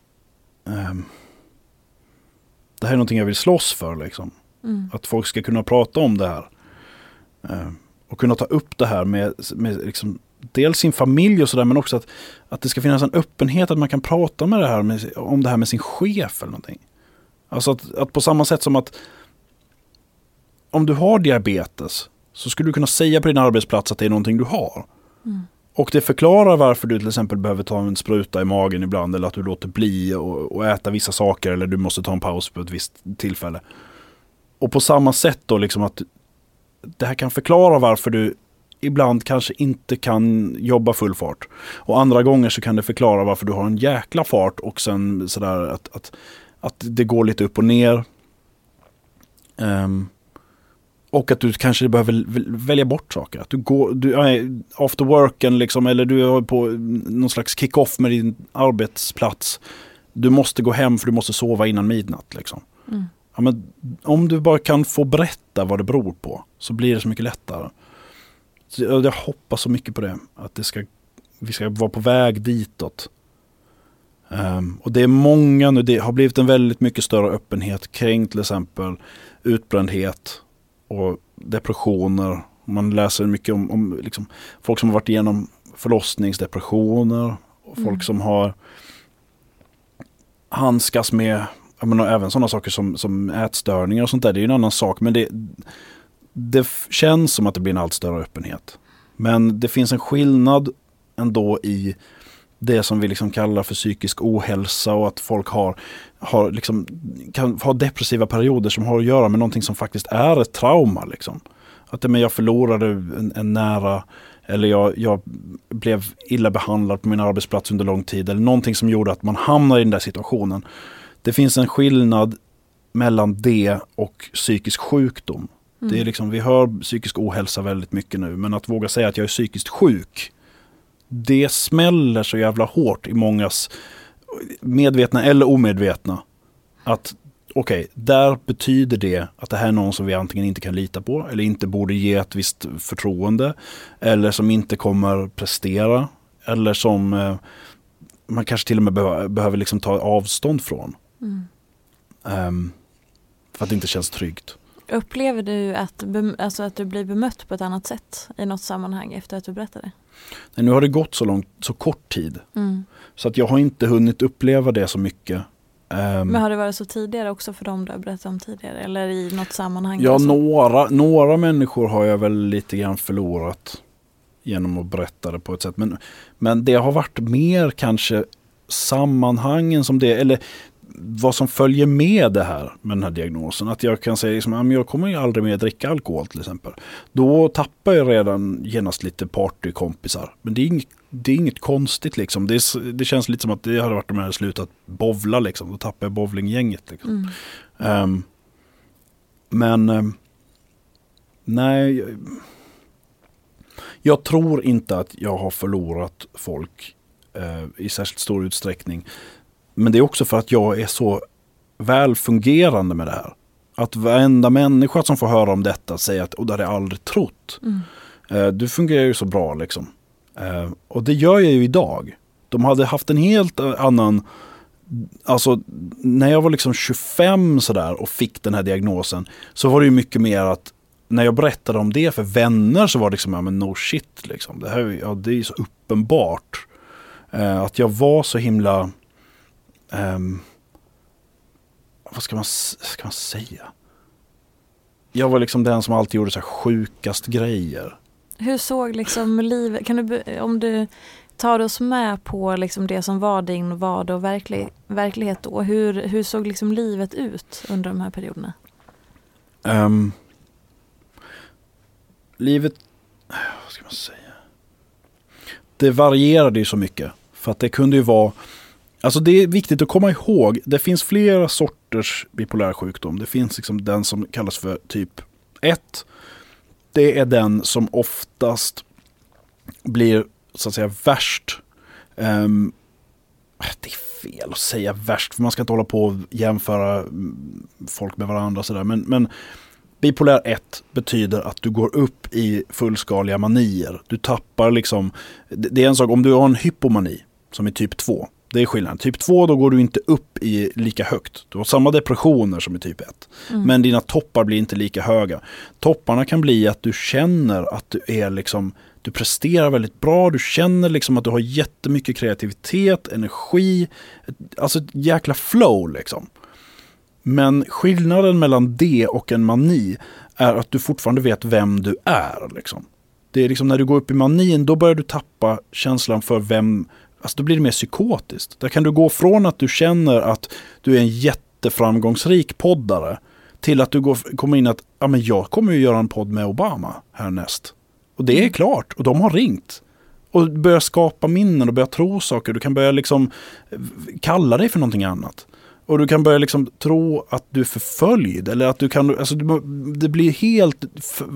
det här är någonting jag vill slåss för liksom. Att folk ska kunna prata om det här och kunna ta upp det här med liksom dels sin familj och sådär, men också att det ska finnas en öppenhet att man kan prata med det här om det här med sin chef eller någonting. Alltså att på samma sätt som att om du har diabetes så skulle du kunna säga på din arbetsplats att det är någonting du har. Och det förklarar varför du till exempel behöver ta en spruta i magen ibland, eller att du låter bli och äta vissa saker, eller du måste ta en paus på ett visst tillfälle. Och på samma sätt då liksom att det här kan förklara varför du ibland kanske inte kan jobba full fart. Och andra gånger så kan det förklara varför du har en jäkla fart och sen sådär att det går lite upp och ner. Och att du kanske behöver välja bort saker. Att du är after worken liksom, eller du är på någon slags kick-off med din arbetsplats. Du måste gå hem för du måste sova innan midnatt liksom. Ja, men om du bara kan få berätta vad det beror på så blir det så mycket lättare. Så jag hoppas så mycket på det. Att vi ska vara på väg ditåt. Och det är många nu. Det har blivit en väldigt mycket större öppenhet kring till exempel utbrändhet och depressioner. Man läser mycket om liksom, folk som har varit igenom förlossningsdepressioner och folk som har handskas med även sådana saker som ätstörningar och sånt där. Det är ju en annan sak, men det känns som att det blir en allt större öppenhet. Men det finns en skillnad ändå i det som vi liksom kallar för psykisk ohälsa, och att folk liksom, kan ha depressiva perioder som har att göra med någonting som faktiskt är ett trauma. Liksom. Att jag förlorade en nära, eller jag blev illa behandlad på min arbetsplats under lång tid, eller någonting som gjorde att man hamnar i den där situationen. Det finns en skillnad mellan det och psykisk sjukdom. Det är liksom, vi hör psykisk ohälsa väldigt mycket nu, men att våga säga att jag är psykiskt sjuk, det smäller så jävla hårt i mångas medvetna eller omedvetna att okej, där betyder det att det här är någon som vi antingen inte kan lita på eller inte borde ge ett visst förtroende eller som inte kommer prestera eller som man kanske till och med behöver liksom ta avstånd från. För att det inte känns tryggt. Upplever du att du blir bemött på ett annat sätt i något sammanhang efter att du berättade? Nej, nu har det gått så kort tid. Så att jag har inte hunnit uppleva det så mycket. Men har det varit så tidigare också för dem du har berättat om tidigare? Eller i något sammanhang? Ja, några människor har jag väl lite grann förlorat genom att berätta det på ett sätt. Men det har varit mer kanske sammanhangen som det, eller vad som följer med det här med den här diagnosen. Att jag kan säga liksom, jag kommer ju aldrig mer dricka alkohol till exempel. Då tappar jag redan genast lite partykompisar. Men det är inget konstigt liksom. Det känns lite som att det hade varit de här slutat bowla liksom. Då tappar jag bowlinggänget liksom. Nej, jag tror inte att jag har förlorat folk i särskilt stor utsträckning. Men det är också för att jag är så väl fungerande med det här. Att varenda människa som får höra om detta säger att det har jag aldrig trott. Du fungerar ju så bra liksom. Och det gör jag ju idag. De hade haft en helt annan... Alltså när jag var liksom 25 sådär och fick den här diagnosen så var det ju mycket mer att när jag berättade om det för vänner så var det liksom, men no shit liksom. Det här, det är så uppenbart. Att jag var så himla... vad ska man säga? Jag var liksom den som alltid gjorde så här sjukast grejer. Hur såg liksom livet, om du tar oss med på liksom det som var din vardag och verklighet då, hur såg liksom livet ut under de här perioderna? Livet, vad ska man säga? Det varierade ju så mycket. För att det kunde ju vara... Alltså det är viktigt att komma ihåg. Det finns flera sorters bipolär sjukdom. Det finns liksom den som kallas för typ 1. Det är den som oftast blir så att säga värst. Det är fel att säga värst. För man ska inte hålla på och jämföra folk med varandra. Så där. Men bipolär 1 betyder att du går upp i fullskaliga manier. Du tappar liksom... Det är en sak om du har en hypomani som är typ 2. Det är skillnaden. Typ 2 då går du inte upp i lika högt. Du har samma depressioner som i typ 1. Men dina toppar blir inte lika höga. Topparna kan bli att du känner att du är liksom... Du presterar väldigt bra. Du känner liksom att du har jättemycket kreativitet, energi. Alltså ett jäkla flow liksom. Men skillnaden mellan det och en mani är att du fortfarande vet vem du är liksom. Det är liksom när du går upp i manin då börjar du tappa känslan för vem... Alltså då blir det mer psykotiskt. Där kan du gå från att du känner att du är en jätteframgångsrik poddare till att du kommer in att men jag kommer ju göra en podd med Obama härnäst. Och det är klart. Och de har ringt. Och börjar skapa minnen och börjar tro saker. Du kan börja liksom kalla dig för någonting annat. Och du kan börja liksom tro att du är förföljd. Eller att du kan... Alltså det blir helt...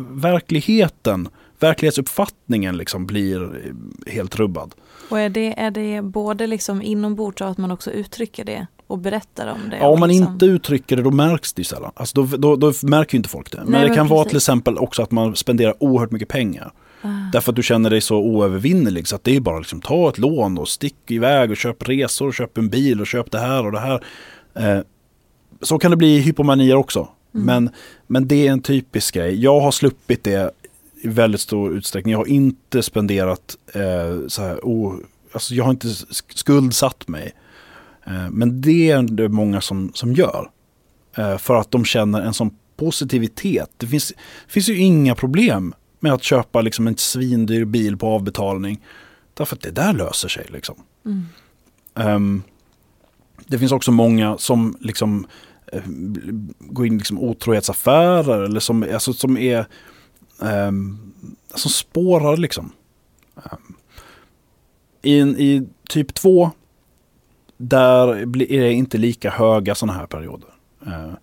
Verklighetsuppfattningen liksom blir helt rubbad. Och är det både liksom inombords och att man också uttrycker det och berättar om det? Ja, om man liksom... inte uttrycker det då märks det sällan. Alltså då märker ju inte folk det. Men det kan vara till exempel också att man spenderar oerhört mycket pengar. Därför att du känner dig så oövervinnelig så att det är bara liksom ta ett lån och stick iväg och köp resor och köp en bil och köp det här och det här. Så kan det bli hypomanier också. Men det är en typisk grej. Jag har sluppit det i väldigt stor utsträckning. Jag har inte spenderat så här, alltså jag har inte skuldsatt mig. Men det är det många som gör. För att de känner en sån positivitet. Det finns ju inga problem med att köpa liksom en svindyr bil på avbetalning. Därför att det där löser sig liksom. Det finns också många som liksom går in i liksom otrohetsaffärer eller som är som spårar liksom. I typ 2 där är det inte lika höga såna här perioder.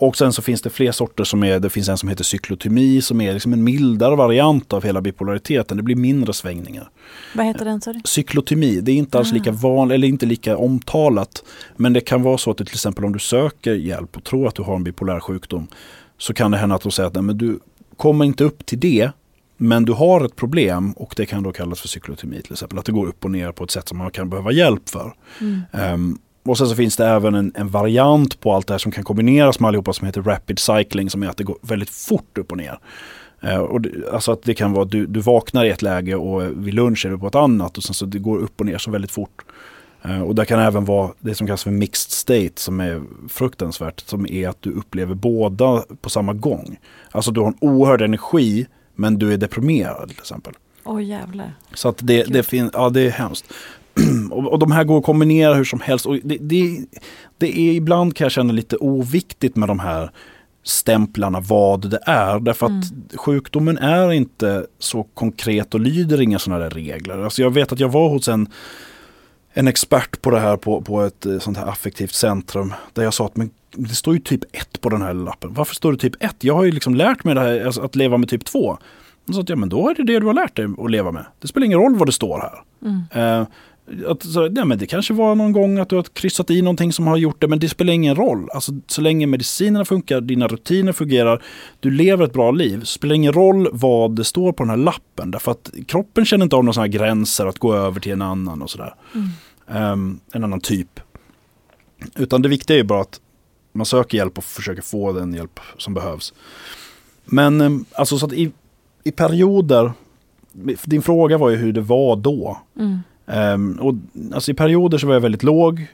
Och sen så finns det fler sorter det finns en som heter cyklotymi som är liksom en mildare variant av hela bipolariteten. Det blir mindre svängningar. Vad heter den, sa du? Cyklotymi, det är inte alls lika vanligt eller inte lika omtalat. Men det kan vara så att till exempel om du söker hjälp och tror att du har en bipolär sjukdom, så kan det hända att de säger att nej, men du kommer inte upp till det, men du har ett problem, och det kan då kallas för cyklotymi till exempel. Att det går upp och ner på ett sätt som man kan behöva hjälp för. Och sen så finns det även en variant på allt det här som kan kombineras med allihopa som heter rapid cycling, som är att det går väldigt fort upp och ner. Alltså att det kan vara du vaknar i ett läge och vid lunch är du på ett annat, och sen så det går upp och ner så väldigt fort. Och det kan även vara det som kallas för mixed state, som är fruktansvärt, som är att du upplever båda på samma gång. Alltså du har en oerhörd energi, men du är deprimerad till exempel. Jävlar. Så att det finns, det är hemskt. Och de här går att kombinera hur som helst. Och det är ibland, kan jag känna, lite oviktigt med de här stämplarna vad det är. Därför att sjukdomen är inte så konkret och lyder inga sådana där regler. Alltså jag vet att jag var hos en expert på det här på ett sånt här affektivt centrum, där jag sa att men det står ju typ 1 på den här lappen. Varför står det typ 1? Jag har ju liksom lärt mig det här, alltså att leva med typ 2. Och så att, men då är det du har lärt dig att leva med. Det spelar ingen roll vad det står här. Men det kanske var någon gång att du har kryssat i någonting som har gjort det, men det spelar ingen roll. Alltså, så länge medicinerna funkar, dina rutiner fungerar, du lever ett bra liv, så spelar ingen roll vad det står på den här lappen. Därför att kroppen känner inte av några sådana här gränser att gå över till en annan och sådär. En annan typ. Utan det viktiga är ju bara att man söker hjälp och försöker få den hjälp som behövs. Men alltså så att i perioder, din fråga var ju hur det var då. Och alltså i perioder så var jag väldigt låg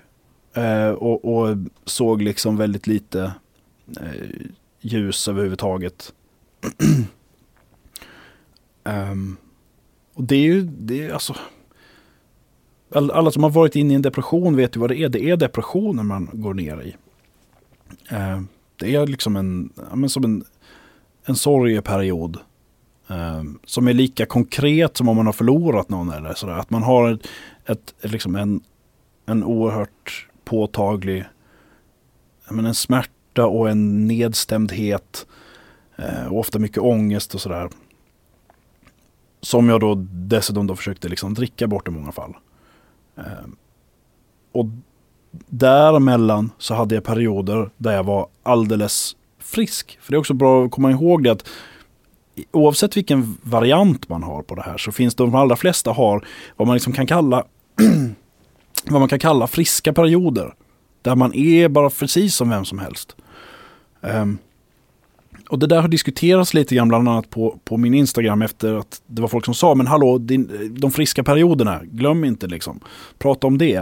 och såg liksom väldigt lite ljus överhuvudtaget. Och det är alltså, alla som har varit inne i en depression vet ju vad det är. Det är depressioner man går ner i. Det är liksom som en sorgeperiod. Som är lika konkret som om man har förlorat någon eller sådär. Att man har liksom en oerhört påtaglig en smärta och en nedstämdhet och ofta mycket ångest och sådär. Som jag då dessutom då försökte liksom dricka bort i många fall. Och däremellan så hade jag perioder där jag var alldeles frisk. För det är också bra att komma ihåg det, att oavsett vilken variant man har på det här, så finns de allra flesta har vad man liksom kan kalla friska perioder. Där man är bara precis som vem som helst. Och det där har diskuterats lite grann bland annat på min Instagram, efter att det var folk som sa, men hallå, de friska perioderna, glöm inte liksom. Prata om det.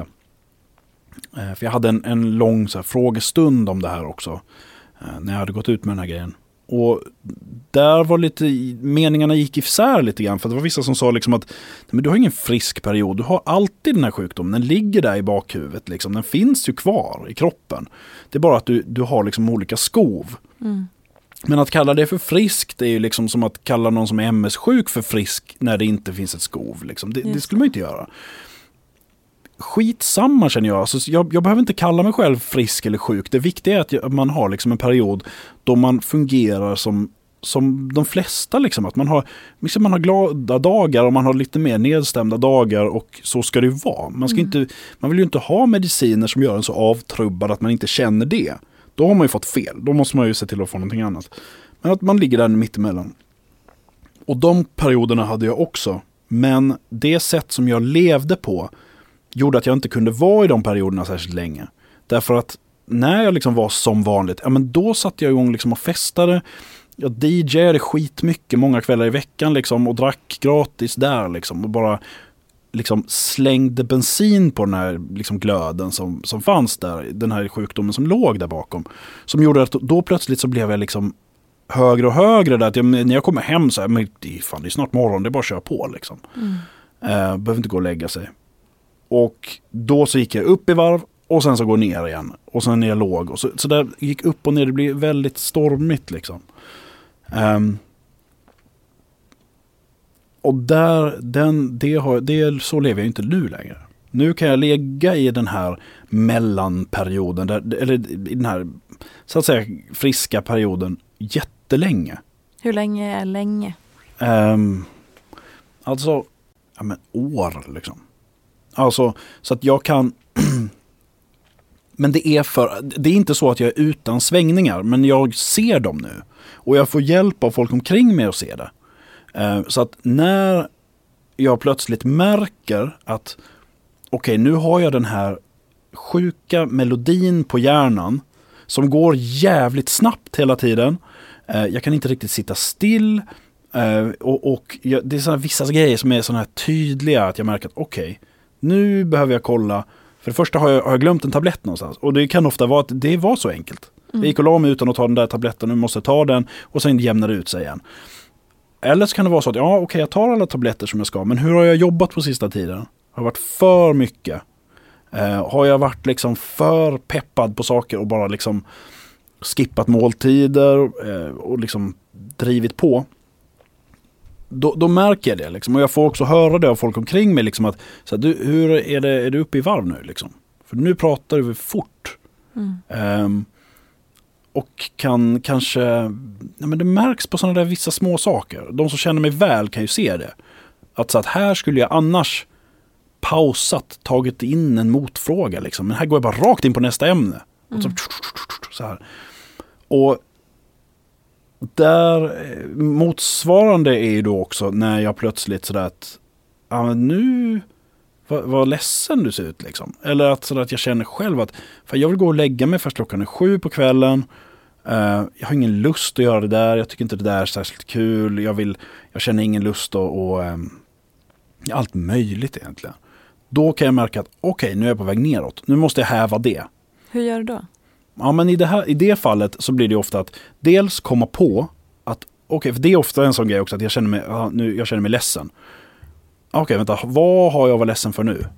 För jag hade en lång så här frågestund om det här också. När jag hade gått ut med den här grejen. Och där var meningarna gick isär lite grann, för det var vissa som sa liksom att men du har ingen frisk period, du har alltid den här sjukdomen, den ligger där i bakhuvudet liksom, den finns ju kvar i kroppen. Det är bara att du har liksom olika skov. Men att kalla det för frisk, det är ju liksom som att kalla någon som är MS-sjuk för frisk när det inte finns ett skov liksom. Det skulle man inte göra. Skitsamma känner jag. Alltså, jag behöver inte kalla mig själv frisk eller sjuk. Det viktiga är att man har liksom en period då man fungerar som de flesta. Liksom. Att man har glada dagar och man har lite mer nedstämda dagar, och så ska det ju vara. Man vill ju inte ha mediciner som gör en så avtrubbad att man inte känner det. Då har man ju fått fel. Då måste man ju se till att få någonting annat. Men att man ligger där mittemellan. Och de perioderna hade jag också. Men det sätt som jag levde på gjorde att jag inte kunde vara i de perioderna särskilt länge. Därför att när jag liksom var som vanligt, men då satt jag igång liksom och festade. Jag DJade skitmycket många kvällar i veckan liksom, och drack gratis där liksom, och bara liksom slängde bensin på den här liksom glöden som fanns där, den här sjukdomen som låg där bakom. Som gjorde att då plötsligt så blev jag liksom högre och högre där, att när jag kommer hem så här, men det är snart morgon, det är bara att köra på liksom. Behöver inte gå och lägga sig. Och då så gick jag upp i varv och sen så går ner igen. Och sen är jag låg. Och så där gick upp och ner. Det blir väldigt stormigt liksom. Och så lever jag inte nu längre. Nu kan jag ligga i den här mellanperioden, eller i den här så att säga friska perioden jättelänge. Hur länge är länge? Alltså, ja men år liksom. Alltså, så att jag kan... Men det är inte så att jag är utan svängningar, men jag ser dem nu. Och jag får hjälp av folk omkring mig att se det. Så att när jag plötsligt märker att okej, nu har jag den här sjuka melodin på hjärnan som går jävligt snabbt hela tiden. Jag kan inte riktigt sitta still. Det är såna vissa grejer som är såna här tydliga att jag märker att okej, nu behöver jag kolla. För det första har jag glömt en tablett någonstans. Och det kan ofta vara att det var så enkelt. Jag gick och la mig utan att ta den där tabletten. Nu måste jag ta den och sen jämnar det ut sig igen. Eller så kan det vara så att jag tar alla tabletter som jag ska. Men hur har jag jobbat på sista tiden? Har jag varit för mycket? Har jag varit liksom för peppad på saker och bara liksom skippat måltider och liksom drivit på? Då märker jag det liksom. Och jag får också höra det av folk omkring mig liksom att så här, hur är du uppe i varv nu liksom? För nu pratar du fort. Och kan kanske men det märks på sådana där vissa små saker. De som känner mig väl kan ju se det. Att så att här skulle jag annars pausat, tagit in en motfråga liksom. Men här går jag bara rakt in på nästa ämne. Och så här. Och där motsvarande är ju då också när jag plötsligt sådär att nu vad ledsen du ser ut liksom. Eller att, sådär att jag känner själv att för jag vill gå och lägga mig först klockan 7 på kvällen. Jag har ingen lust att göra det där. Jag tycker inte det där är särskilt kul. Jag känner ingen lust och allt möjligt egentligen. Då kan jag märka att okej, nu är jag på väg neråt. Nu måste jag häva det. Hur gör du då? Ja, men i det fallet så blir det ofta att dels komma på att för det är ofta en sån grej också att jag känner mig ledsen. Okej, vänta, vad har jag varit ledsen för nu?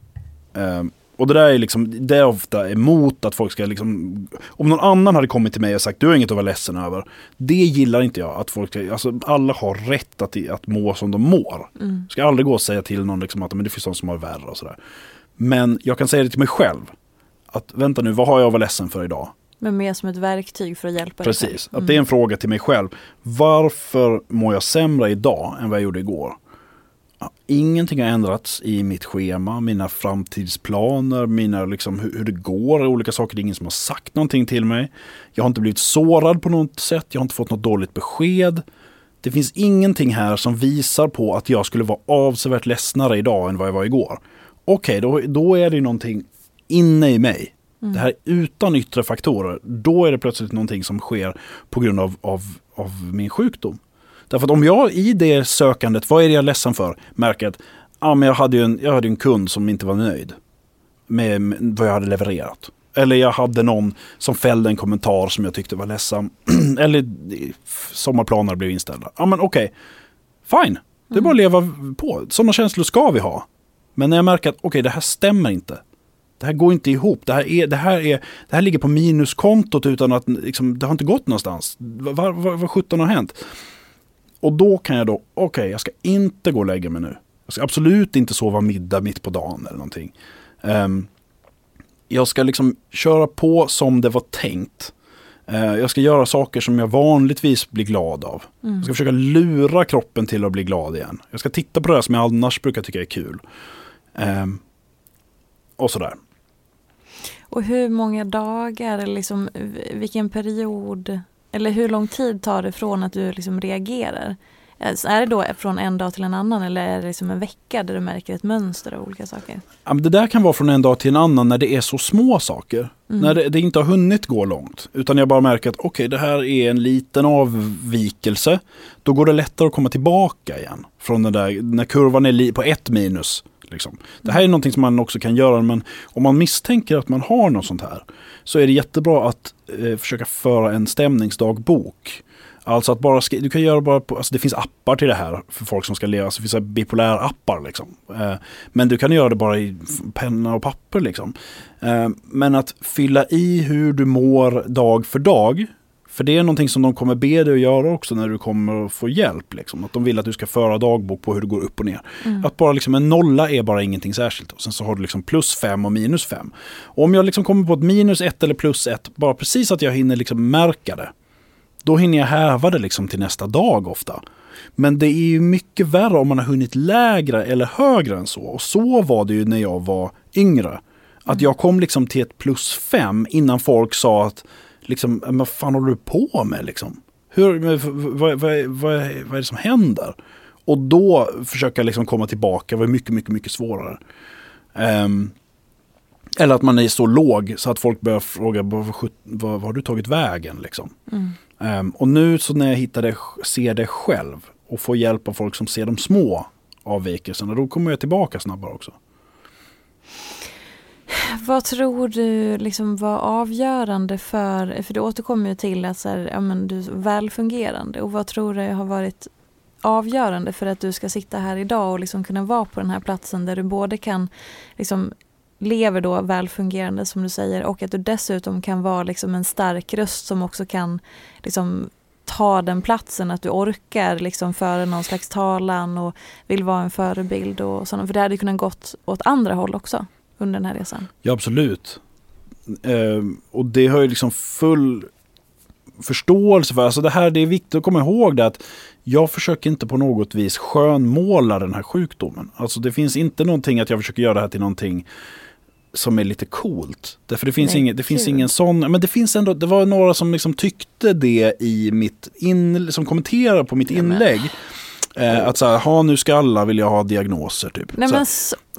Och det där är liksom, det är ofta emot att folk ska liksom, om någon annan hade kommit till mig och sagt du har inget att vara ledsen över. Det gillar inte jag, att folk ska, alltså alla har rätt att må som de mår. Ska aldrig gå och säga till någon liksom att men det finns någon som har värre och sådär. Men jag kan säga det till mig själv. Att vänta nu, vad har jag att vara ledsen för idag? Men mer som ett verktyg för att hjälpa dig. Precis, att det är en fråga till mig själv. Varför mår jag sämre idag än vad jag gjorde igår? Ja, ingenting har ändrats i mitt schema, mina framtidsplaner, mina liksom hur det går, olika saker. Det är ingen som har sagt någonting till mig. Jag har inte blivit sårad på något sätt, jag har inte fått något dåligt besked. Det finns ingenting här som visar på att jag skulle vara avsevärt ledsnare idag än vad jag var igår. Okej, då är det någonting inne i mig. Det här utan yttre faktorer, då är det plötsligt någonting som sker på grund av min sjukdom. Därför att om jag i det sökandet, vad är det jag är ledsen för, märker att men jag hade en kund som inte var nöjd med vad jag hade levererat. Eller jag hade någon som fällde en kommentar som jag tyckte var ledsam. Eller sommarplaner blev inställda. Ja men okej, fine. Det är bara att leva på. Sådana känslor ska vi ha. Men när jag märker att det här stämmer inte. Det här går inte ihop. Det här ligger på minuskontot utan att liksom, det har inte gått någonstans. Vad 17 har hänt? Och då kan jag då, jag ska inte gå och lägga mig nu. Jag ska absolut inte sova middag mitt på dagen eller någonting. Jag ska liksom köra på som det var tänkt. Jag ska göra saker som jag vanligtvis blir glad av. Jag ska försöka lura kroppen till att bli glad igen. Jag ska titta på det som jag annars brukar tycka är kul. Och sådär. Och hur många dagar, liksom, vilken period, eller hur lång tid tar det från att du liksom reagerar? Är det då från en dag till en annan eller är det liksom en vecka där du märker ett mönster av olika saker? Ja, men det där kan vara från en dag till en annan när det är så små saker. När det inte har hunnit gå långt. Utan jag bara märker att det här är en liten avvikelse. Då går det lättare att komma tillbaka igen. Från den där, när kurvan är på 1 minus. Liksom. Det här är någonting som man också kan göra, men om man misstänker att man har något sånt här så är det jättebra att försöka föra en stämningsdagbok. Alltså att bara du kan göra bara på, alltså det finns appar till det här för folk som ska leva, så det finns bipolära appar liksom. Men du kan göra det bara i penna och papper liksom. Men att fylla i hur du mår dag för dag För det är någonting som de kommer be dig att göra också när du kommer att få hjälp. Liksom. Att de vill att du ska föra dagbok på hur det går upp och ner. Att bara liksom en nolla är bara ingenting särskilt. Och sen så har du liksom +5 och -5. Och om jag liksom kommer på ett -1 eller +1, bara precis att jag hinner liksom märka det, då hinner jag häva det liksom till nästa dag ofta. Men det är ju mycket värre om man har hunnit lägre eller högre än så. Och så var det ju när jag var yngre. Att jag kom liksom till ett +5 innan folk sa att liksom, vad fan håller du på med liksom? Vad är det som händer? Och då försöka liksom komma tillbaka var mycket svårare. Eller att man är så låg så att folk börjar fråga vad har du tagit vägen liksom? Och nu så när jag ser det själv och får hjälp av folk som ser de små avvikelserna, då kommer jag tillbaka snabbare också. Vad tror du liksom var avgörande för du återkommer ju till att så här, ja, men du är välfungerande, och vad tror du har varit avgörande för att du ska sitta här idag och liksom kunna vara på den här platsen där du både kan liksom lever då välfungerande som du säger, och att du dessutom kan vara liksom en stark röst som också kan liksom ta den platsen, att du orkar liksom föra någon slags talan och vill vara en förebild och sådant, för det hade kunnat gått åt andra håll också under den här resan. Ja, absolut. Och det har ju liksom full förståelse för. Alltså det är viktigt att komma ihåg det, att jag försöker inte på något vis skönmåla den här sjukdomen. Alltså det finns inte någonting att jag försöker göra det här till någonting som är lite coolt. Därför det finns ingen sån, men det finns ändå, det var några som liksom tyckte det i mitt som kommenterade på mitt inlägg. Att så här, nu ska alla vilja ha diagnoser typ. Nej, men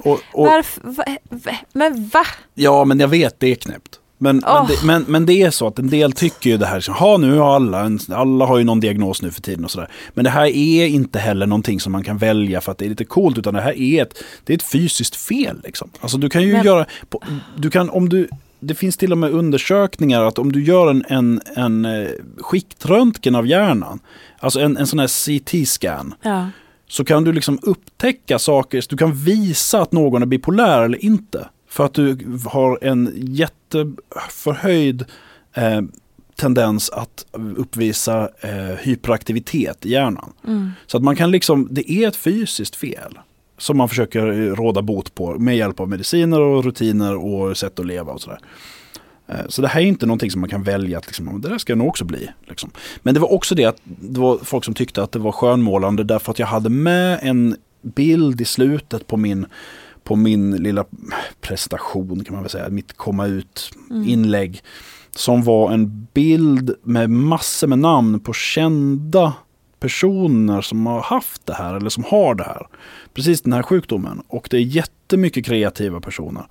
men va? Ja, men jag vet, det är knäppt. Men det är så att en del tycker ju det här, nu har alla har ju någon diagnos nu för tiden och sådär. Men det här är inte heller någonting som man kan välja för att det är lite coolt, utan det här är ett fysiskt fel liksom. Alltså du kan ju det finns till och med undersökningar att om du gör en skiktröntgen av hjärnan, alltså en sån här CT-scan, så kan du liksom upptäcka saker, så du kan visa att någon är bipolär eller inte. För att du har en jätteförhöjd tendens att uppvisa hyperaktivitet i hjärnan. Så att man kan liksom, det är ett fysiskt fel som man försöker råda bot på med hjälp av mediciner och rutiner och sätt att leva och sådär. Så det här är inte någonting som man kan välja att liksom, det där ska nog också bli. Liksom. Men det var också det att det var folk som tyckte att det var skönmålande därför att jag hade med en bild i slutet på min lilla prestation, kan man väl säga, mitt komma ut inlägg, som var en bild med massor med namn på kända personer som har haft det här eller som har det här, precis den här sjukdomen, och det är jättemycket kreativa personer.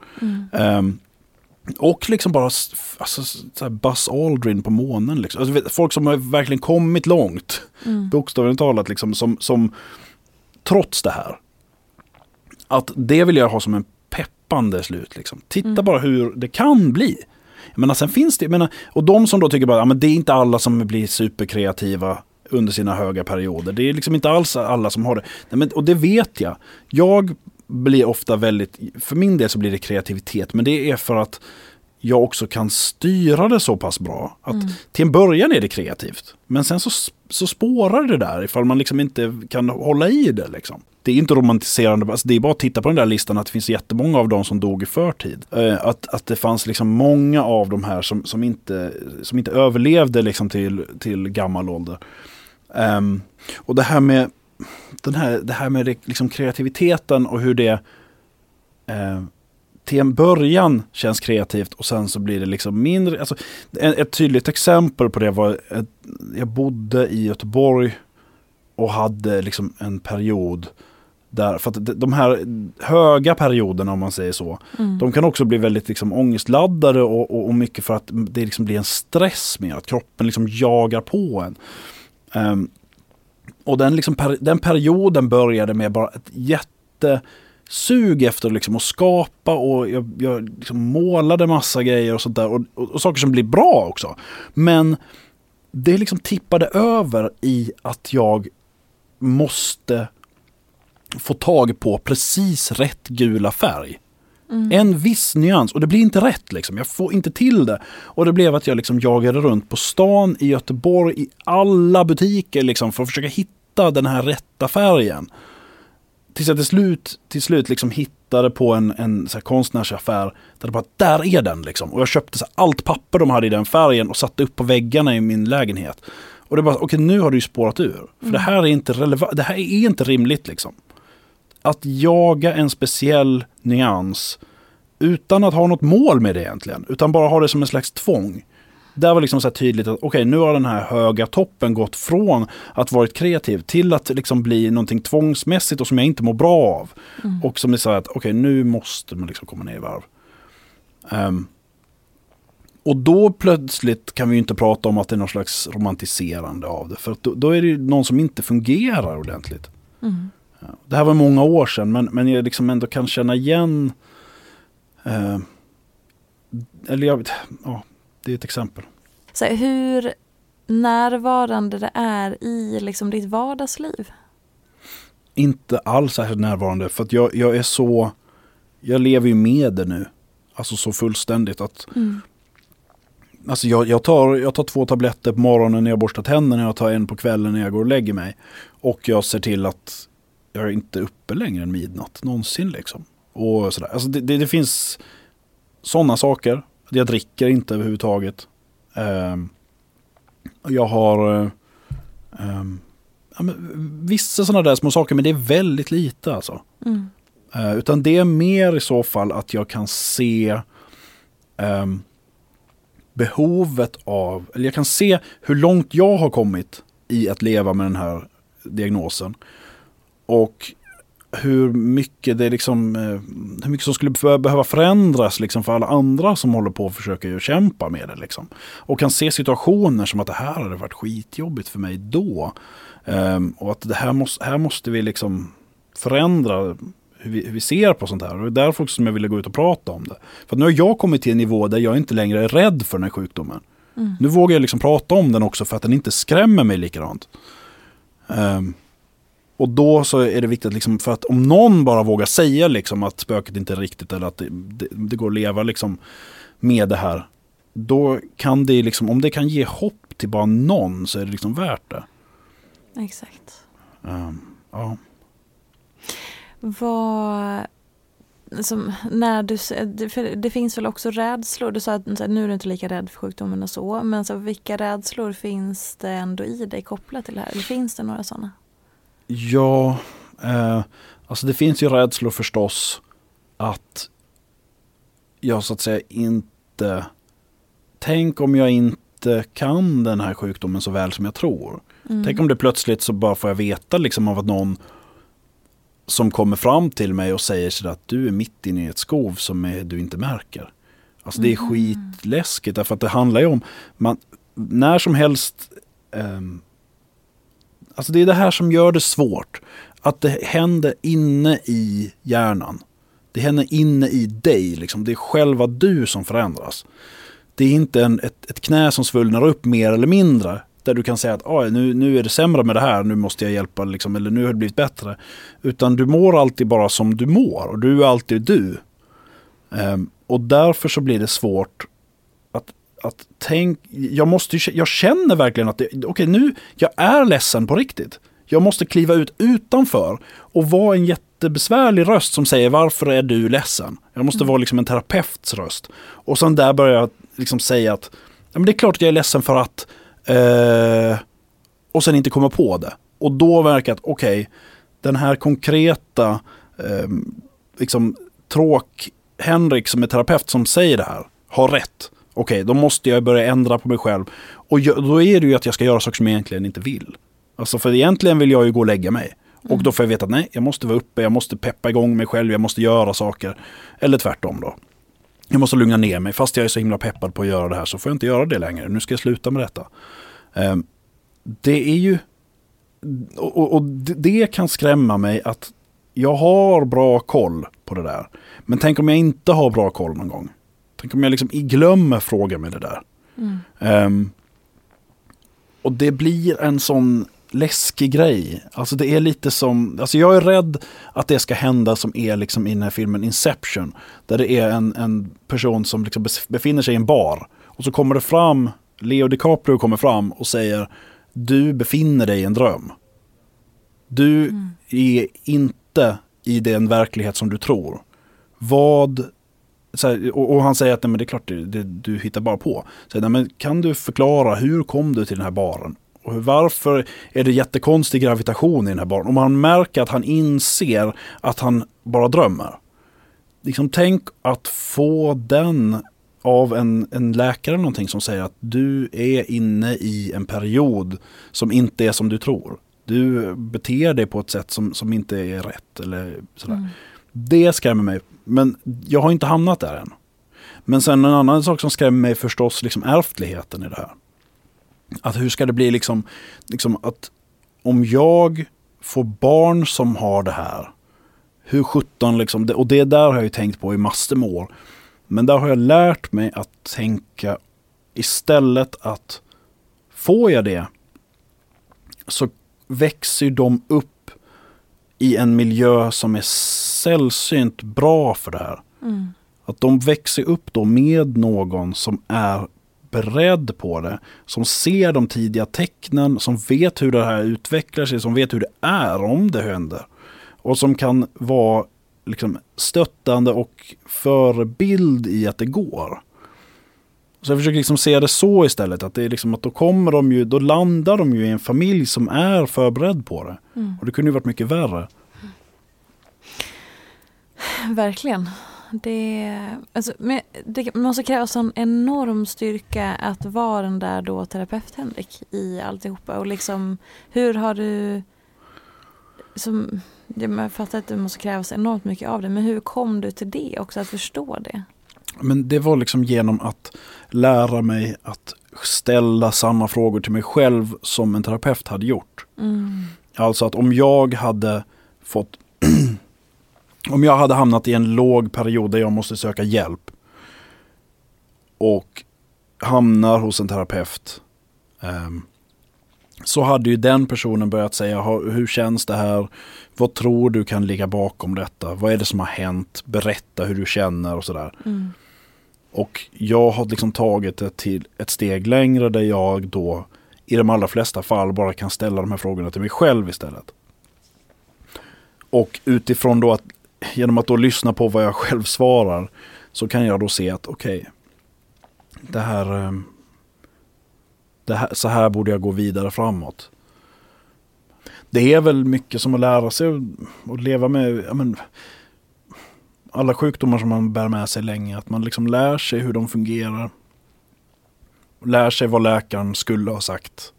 Och liksom bara alltså, så här Buzz Aldrin på månen liksom. Alltså, folk som har verkligen kommit långt, bokstavligt talat liksom, som trots det här, att det vill jag ha som en peppande slut liksom. Titta bara hur det kan bli. Jag menar, sen finns det, och de som då tycker bara, men det är inte alla som blir superkreativa under sina höga perioder. Det är liksom inte alls alla som har det. Nej, men, och det vet jag. Jag blir ofta för min del så blir det kreativitet, men det är för att jag också kan styra det så pass bra att till en början är det kreativt, men sen så spårar det där ifall man liksom inte kan hålla i det liksom. Det är inte romantiserande, alltså det är bara att titta på den där listan att det finns jättemånga av dem som dog i förtid. Att det fanns liksom många av de här som inte överlevde liksom till gammal ålder. Och det här med liksom kreativiteten och hur det till en början känns kreativt och sen så blir det liksom mindre. Alltså, ett tydligt exempel på det var att jag bodde i Göteborg och hade liksom en period där, för att de här höga perioderna, om man säger så, de kan också bli väldigt liksom ångestladdade och mycket för att det liksom blir en stress med att kroppen liksom jagar på en. Och den perioden började med bara ett jättesug efter liksom att skapa, och jag liksom målade massa grejer och sånt där, och saker som blir bra också. Men det liksom tippade över i att jag måste få tag på precis rätt gula färg En viss nyans. Och det blir inte rätt liksom. Jag får inte till det. Och det blev att jag liksom jagade runt på stan i Göteborg i alla butiker liksom, för att försöka hitta den här rätta färgen. Tills jag till slut liksom hittade på en så här konstnärsaffär där det bara, där är den liksom. Och jag köpte så här, allt papper de hade i den färgen och satte upp på väggarna i min lägenhet. Och det bara, okej, nu har du ju spårat ur. För det här är inte relevant, det här är inte rimligt liksom. Att jaga en speciell nyans utan att ha något mål med det egentligen, utan bara ha det som en slags tvång. Där var liksom så här tydligt att okej, nu har den här höga toppen gått från att varit kreativ till att liksom bli någonting tvångsmässigt och som jag inte mår bra av. Och som är så att okej, nu måste man liksom komma ner i varv. Och då plötsligt kan vi ju inte prata om att det är någon slags romantiserande av det. För att då är det ju någon som inte fungerar ordentligt. Det här var många år sedan, men jag liksom ändå kan känna igen eller jag vet, ja, det är ett exempel. Så hur närvarande det är i liksom ditt vardagsliv? Inte alls särskilt närvarande, för att jag är så, jag lever ju med det nu. Alltså så fullständigt att alltså jag tar 2 tabletter på morgonen när jag borstar tänderna, jag tar en på kvällen när jag går och lägger mig. Och jag ser till att jag är inte uppe längre än midnatt någonsin liksom. Och sådär. Alltså det finns sådana saker. Jag dricker inte överhuvudtaget. Jag har vissa sådana där små saker, men det är väldigt lite alltså. Utan det är mer i så fall att jag kan se behovet av, eller jag kan se hur långt jag har kommit i att leva med den här diagnosen. Och hur mycket det liksom, hur mycket som skulle behöva förändras liksom för alla andra som håller på och försöker kämpa med det liksom. Och kan se situationer som att det här hade varit skitjobbigt för mig då. Och att det här måste vi liksom förändra hur vi ser på sånt här. Och det är därför också som jag ville gå ut och prata om det. För nu har jag kommit till en nivå där jag inte längre är rädd för den här sjukdomen. Nu vågar jag liksom prata om den också för att den inte skrämmer mig likadant. Och då så är det viktigt liksom, för att om någon bara vågar säga liksom att spöket inte är riktigt eller att det går att leva liksom med det här, då kan det liksom, om det kan ge hopp till bara någon, så är det liksom värt det. Exakt. Ja. Vad som, när du, för det finns väl också rädslor, du sa att nu är du inte lika rädd för sjukdomen och så, men så vilka rädslor finns det ändå i dig kopplat till det här, eller finns det några sådana? Ja, alltså det finns ju rädslor förstås att jag så att säga inte, tänk om jag inte kan den här sjukdomen så väl som jag tror. Tänk om det plötsligt så bara får jag veta liksom av att någon som kommer fram till mig och säger så att du är mitt inne i ett skov som du inte märker. Alltså det är skitläskigt, därför att det handlar ju om när som helst alltså det är det här som gör det svårt. Att det händer inne i hjärnan. Det händer inne i dig. Liksom. Det är själva du som förändras. Det är inte ett knä som svullnar upp mer eller mindre. Där du kan säga att nu är det sämre med det här. Nu måste jag hjälpa. Liksom, eller nu har det blivit bättre. Utan du mår alltid bara som du mår. Och du är alltid du. Och därför så blir det svårt att tänka, jag känner verkligen att nu, jag är ledsen på riktigt. Jag måste kliva ut utanför och vara en jättebesvärlig röst som säger varför är du ledsen? Jag måste vara liksom en terapeuts röst. Och sen där börjar jag liksom säga att men det är klart att jag är ledsen för att och sen inte komma på det. Och då verkar att den här konkreta liksom Henrik som är terapeut som säger det här har rätt. Då måste jag börja ändra på mig själv. Och då är det ju att jag ska göra saker som jag egentligen inte vill. Alltså för egentligen vill jag ju gå och lägga mig. Och då får jag veta att nej, jag måste vara uppe, jag måste peppa igång mig själv, jag måste göra saker. Eller tvärtom då. Jag måste lugna ner mig. Fast jag är så himla peppad på att göra det här så får jag inte göra det längre. Nu ska jag sluta med detta. Det är ju... Och det kan skrämma mig att jag har bra koll på det där. Men tänk om jag inte har bra koll någon gång. Tänk om jag liksom glömmer fråga med det där. Och det blir en sån läskig grej. Alltså det är lite som, alltså jag är rädd att det ska hända som är liksom i den här filmen Inception, där det är en person som liksom befinner sig i en bar och så kommer det fram, Leo DiCaprio kommer fram och säger: du befinner dig i en dröm. Du är inte i den verklighet som du tror. Så här, och han säger att nej, men det är klart du hittar bara på. Så, nej, men kan du förklara hur kom du till den här baren? Och varför är det jättekonstig gravitation i den här baren? Om man märker att han inser att han bara drömmer. Liksom, tänk att få den av en läkare eller någonting som säger att du är inne i en period som inte är som du tror. Du beter dig på ett sätt som inte är rätt. Eller sådär. Det skrämmer mig. Men jag har inte hamnat där än. Men sen en annan sak som skrämmer mig förstås liksom ärftligheten i det här. Att hur ska det bli liksom att om jag får barn som har det här, hur 17 liksom, och det där har jag ju tänkt på i massor med år. Men där har jag lärt mig att tänka istället att får jag det så växer de upp i en miljö som är sällsynt bra för det här. Att de växer upp då med någon som är beredd på det, som ser de tidiga tecknen, som vet hur det här utvecklar sig, som vet hur det är om det händer. Och som kan vara liksom stöttande och förebild i att det går. Så jag försöker liksom se det så istället, att det är liksom att då landar de ju i en familj som är förberedd på det. Och det kunde ju varit mycket värre. Verkligen. Det måste krävas en enorm styrka att vara den där då terapeut Henrik i alltihopa. Och liksom, hur har du... Jag fattar att det måste krävas enormt mycket av det. Men hur kom du till det också, att förstå det? Men det var liksom genom att lära mig att ställa samma frågor till mig själv som en terapeut hade gjort. Alltså att om jag hade hamnat i en låg period där jag måste söka hjälp och hamnar hos en terapeut, så hade ju den personen börjat säga: hur känns det här? Vad tror du kan ligga bakom detta? Vad är det som har hänt? Berätta hur du känner och sådär. Och jag har liksom tagit det till ett steg längre där jag då i de allra flesta fall bara kan ställa de här frågorna till mig själv istället. Och utifrån då genom att då lyssna på vad jag själv svarar, så kan jag då se att okej, det här, så här borde jag gå vidare framåt. Det är väl mycket som att lära sig att leva med alla sjukdomar som man bär med sig länge. Att man liksom lär sig hur de fungerar. Lär sig vad läkaren skulle ha sagt.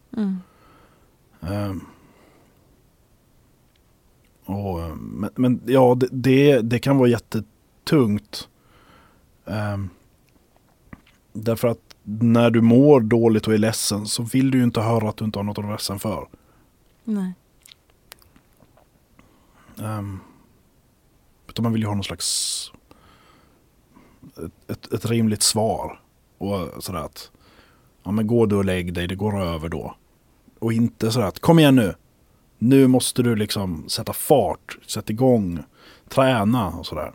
Men ja, det kan vara jättetungt. Därför att när du mår dåligt och är ledsen så vill du ju inte höra att du inte har något att vara ledsen för. Nej. Utan man vill ju ha någon slags ett rimligt svar. Och sådär att ja, men gå du och lägg dig, det går över då. Och inte sådär att kom igen nu. Nu måste du liksom sätta fart, sätta igång, träna och sådär.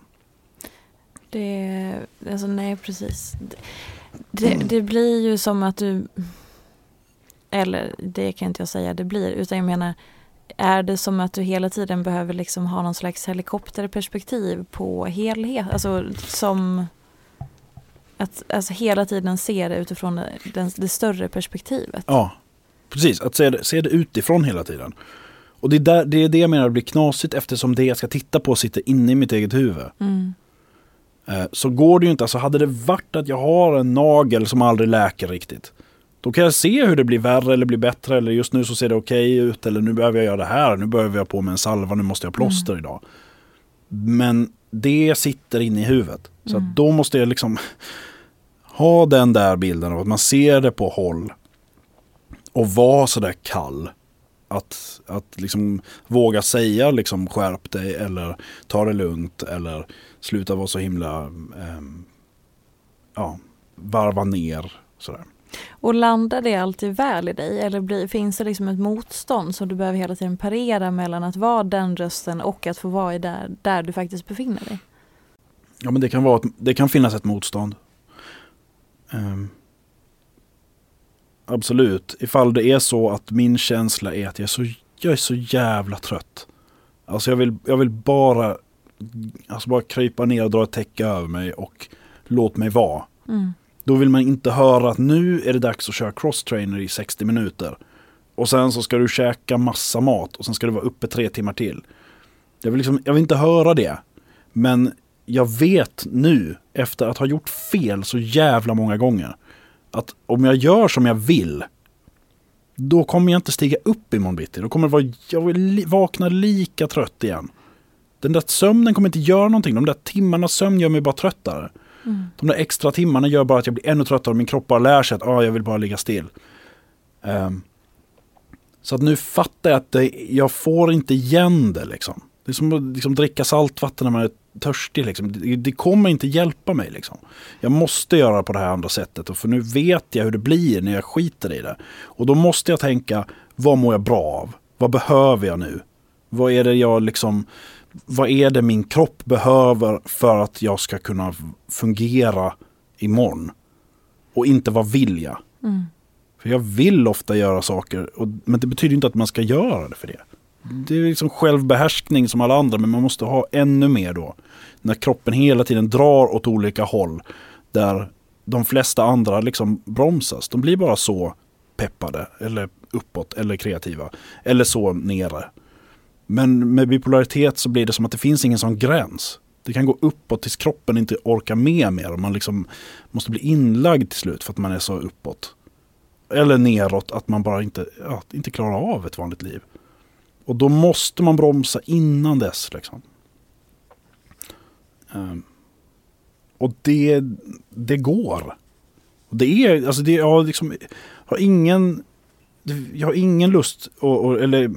Nej, precis. Det blir ju som att du, eller det kan inte jag säga det blir, utan jag menar, är det som att du hela tiden behöver liksom ha någon slags helikopterperspektiv på helhet, alltså som att alltså hela tiden se det utifrån det större perspektivet. Ja, precis, att se det utifrån hela tiden. Och det är det jag menar blir knasigt, eftersom det jag ska titta på sitter inne i mitt eget huvud. Så går det ju inte. Alltså hade det varit att jag har en nagel som aldrig läker riktigt, då kan jag se hur det blir värre eller blir bättre, eller just nu så ser det okej ut, eller nu behöver jag göra det här, nu behöver jag på med en salva, nu måste jag plåster idag. Men det sitter inne i huvudet. Så att då måste jag liksom ha den där bilden av att man ser det på håll och vara så där kall. Att liksom våga säga liksom skärp dig, eller ta det lugnt, eller sluta vara så himla varva ner sådär. Och landar det alltid väl i dig? Eller finns det liksom ett motstånd som du behöver hela tiden parera mellan att vara den rösten och att få vara i där du faktiskt befinner dig? Ja, men det kan finnas ett motstånd. Absolut. Ifall det är så att min känsla är att jag är så jävla trött. Alltså jag vill bara krypa ner och dra ett täcke över mig och låt mig vara. Då vill man inte höra att nu är det dags att köra cross-trainer i 60 minuter. Och sen så ska du käka massa mat och sen ska du vara uppe 3 timmar till. Jag vill inte höra det. Men jag vet nu, efter att ha gjort fel så jävla många gånger, att om jag gör som jag vill, då kommer jag inte stiga upp imorgon bitti. Då kommer jag vill vakna lika trött igen. Den där sömnen kommer inte göra någonting. De där timmarna sömn gör mig bara tröttare. De där extra timmarna gör bara att jag blir ännu tröttare och min kropp bara lär sig att jag vill bara ligga still. Så att nu fattar jag att jag får inte igen det liksom. Det är som att liksom dricka saltvatten när man är törstig liksom. Det kommer inte hjälpa mig liksom. Jag måste göra på det här andra sättet, och för nu vet jag hur det blir när jag skiter i det. Och då måste jag tänka, vad mår jag bra av? Vad behöver jag nu? Vad är det min kropp behöver för att jag ska kunna fungera imorgon? Och inte vad vill jag? För jag vill ofta göra saker, men det betyder inte att man ska göra det för det. Det är liksom självbehärskning som alla andra, men man måste ha ännu mer då. När kroppen hela tiden drar åt olika håll, där de flesta andra liksom bromsas. De blir bara så peppade, eller uppåt, eller kreativa, eller så nere. Men med bipolaritet så blir det som att det finns ingen sån gräns. Det kan gå uppåt tills kroppen inte orkar med mer, och man liksom måste bli inlagd till slut för att man är så uppåt. Eller neråt, att man bara inte klarar av ett vanligt liv. Och då måste man bromsa innan dess liksom. Och det går. Och det är, alltså jag har ingen lust eller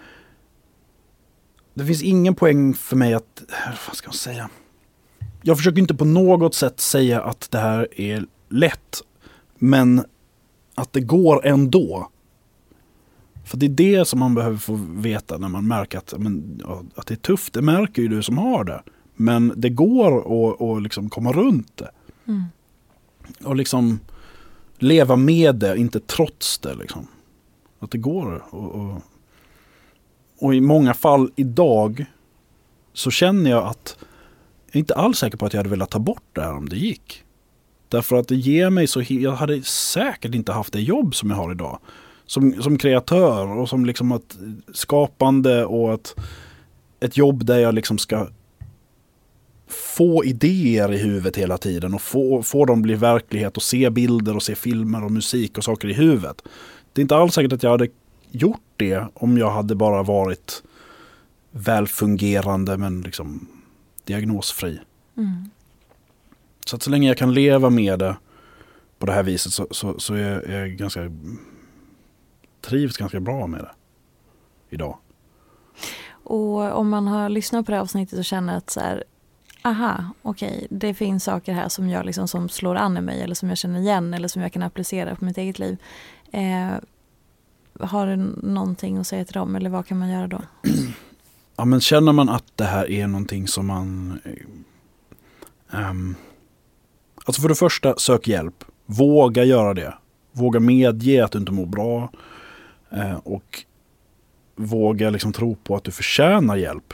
det finns ingen poäng för mig att, vad ska man säga? Jag försöker inte på något sätt säga att det här är lätt, men att det går ändå. För det är det som man behöver få veta när man märker att det är tufft. Det märker ju du som har det. Men det går att liksom komma runt det. Och liksom leva med det, inte trots det. Liksom. Att det går. Och i många fall idag så känner jag att jag är inte alls säker på att jag hade velat ta bort det här om det gick. Därför att det ger mig så... Jag hade säkert inte haft det jobb som jag har idag. Som kreatör och som liksom ett skapande och ett jobb där jag liksom ska få idéer i huvudet hela tiden och få dem bli verklighet och se bilder och se filmer och musik och saker i huvudet. Det är inte alls säkert att jag hade gjort det om jag hade bara varit välfungerande men liksom diagnosfri. Så att så länge jag kan leva med det på det här viset så är jag trivs ganska bra med det idag. Och om man har lyssnat på det här avsnittet och känner att så här, okej, det finns saker här som jag liksom, som slår an i mig eller som jag känner igen eller som jag kan applicera på mitt eget liv. Har du någonting att säga till dem eller vad kan man göra då? Ja, men känner man att det här är någonting som man alltså för det första, sök hjälp. Våga göra det. Våga medge att du inte mår bra. Och våga liksom tro på att du förtjänar hjälp.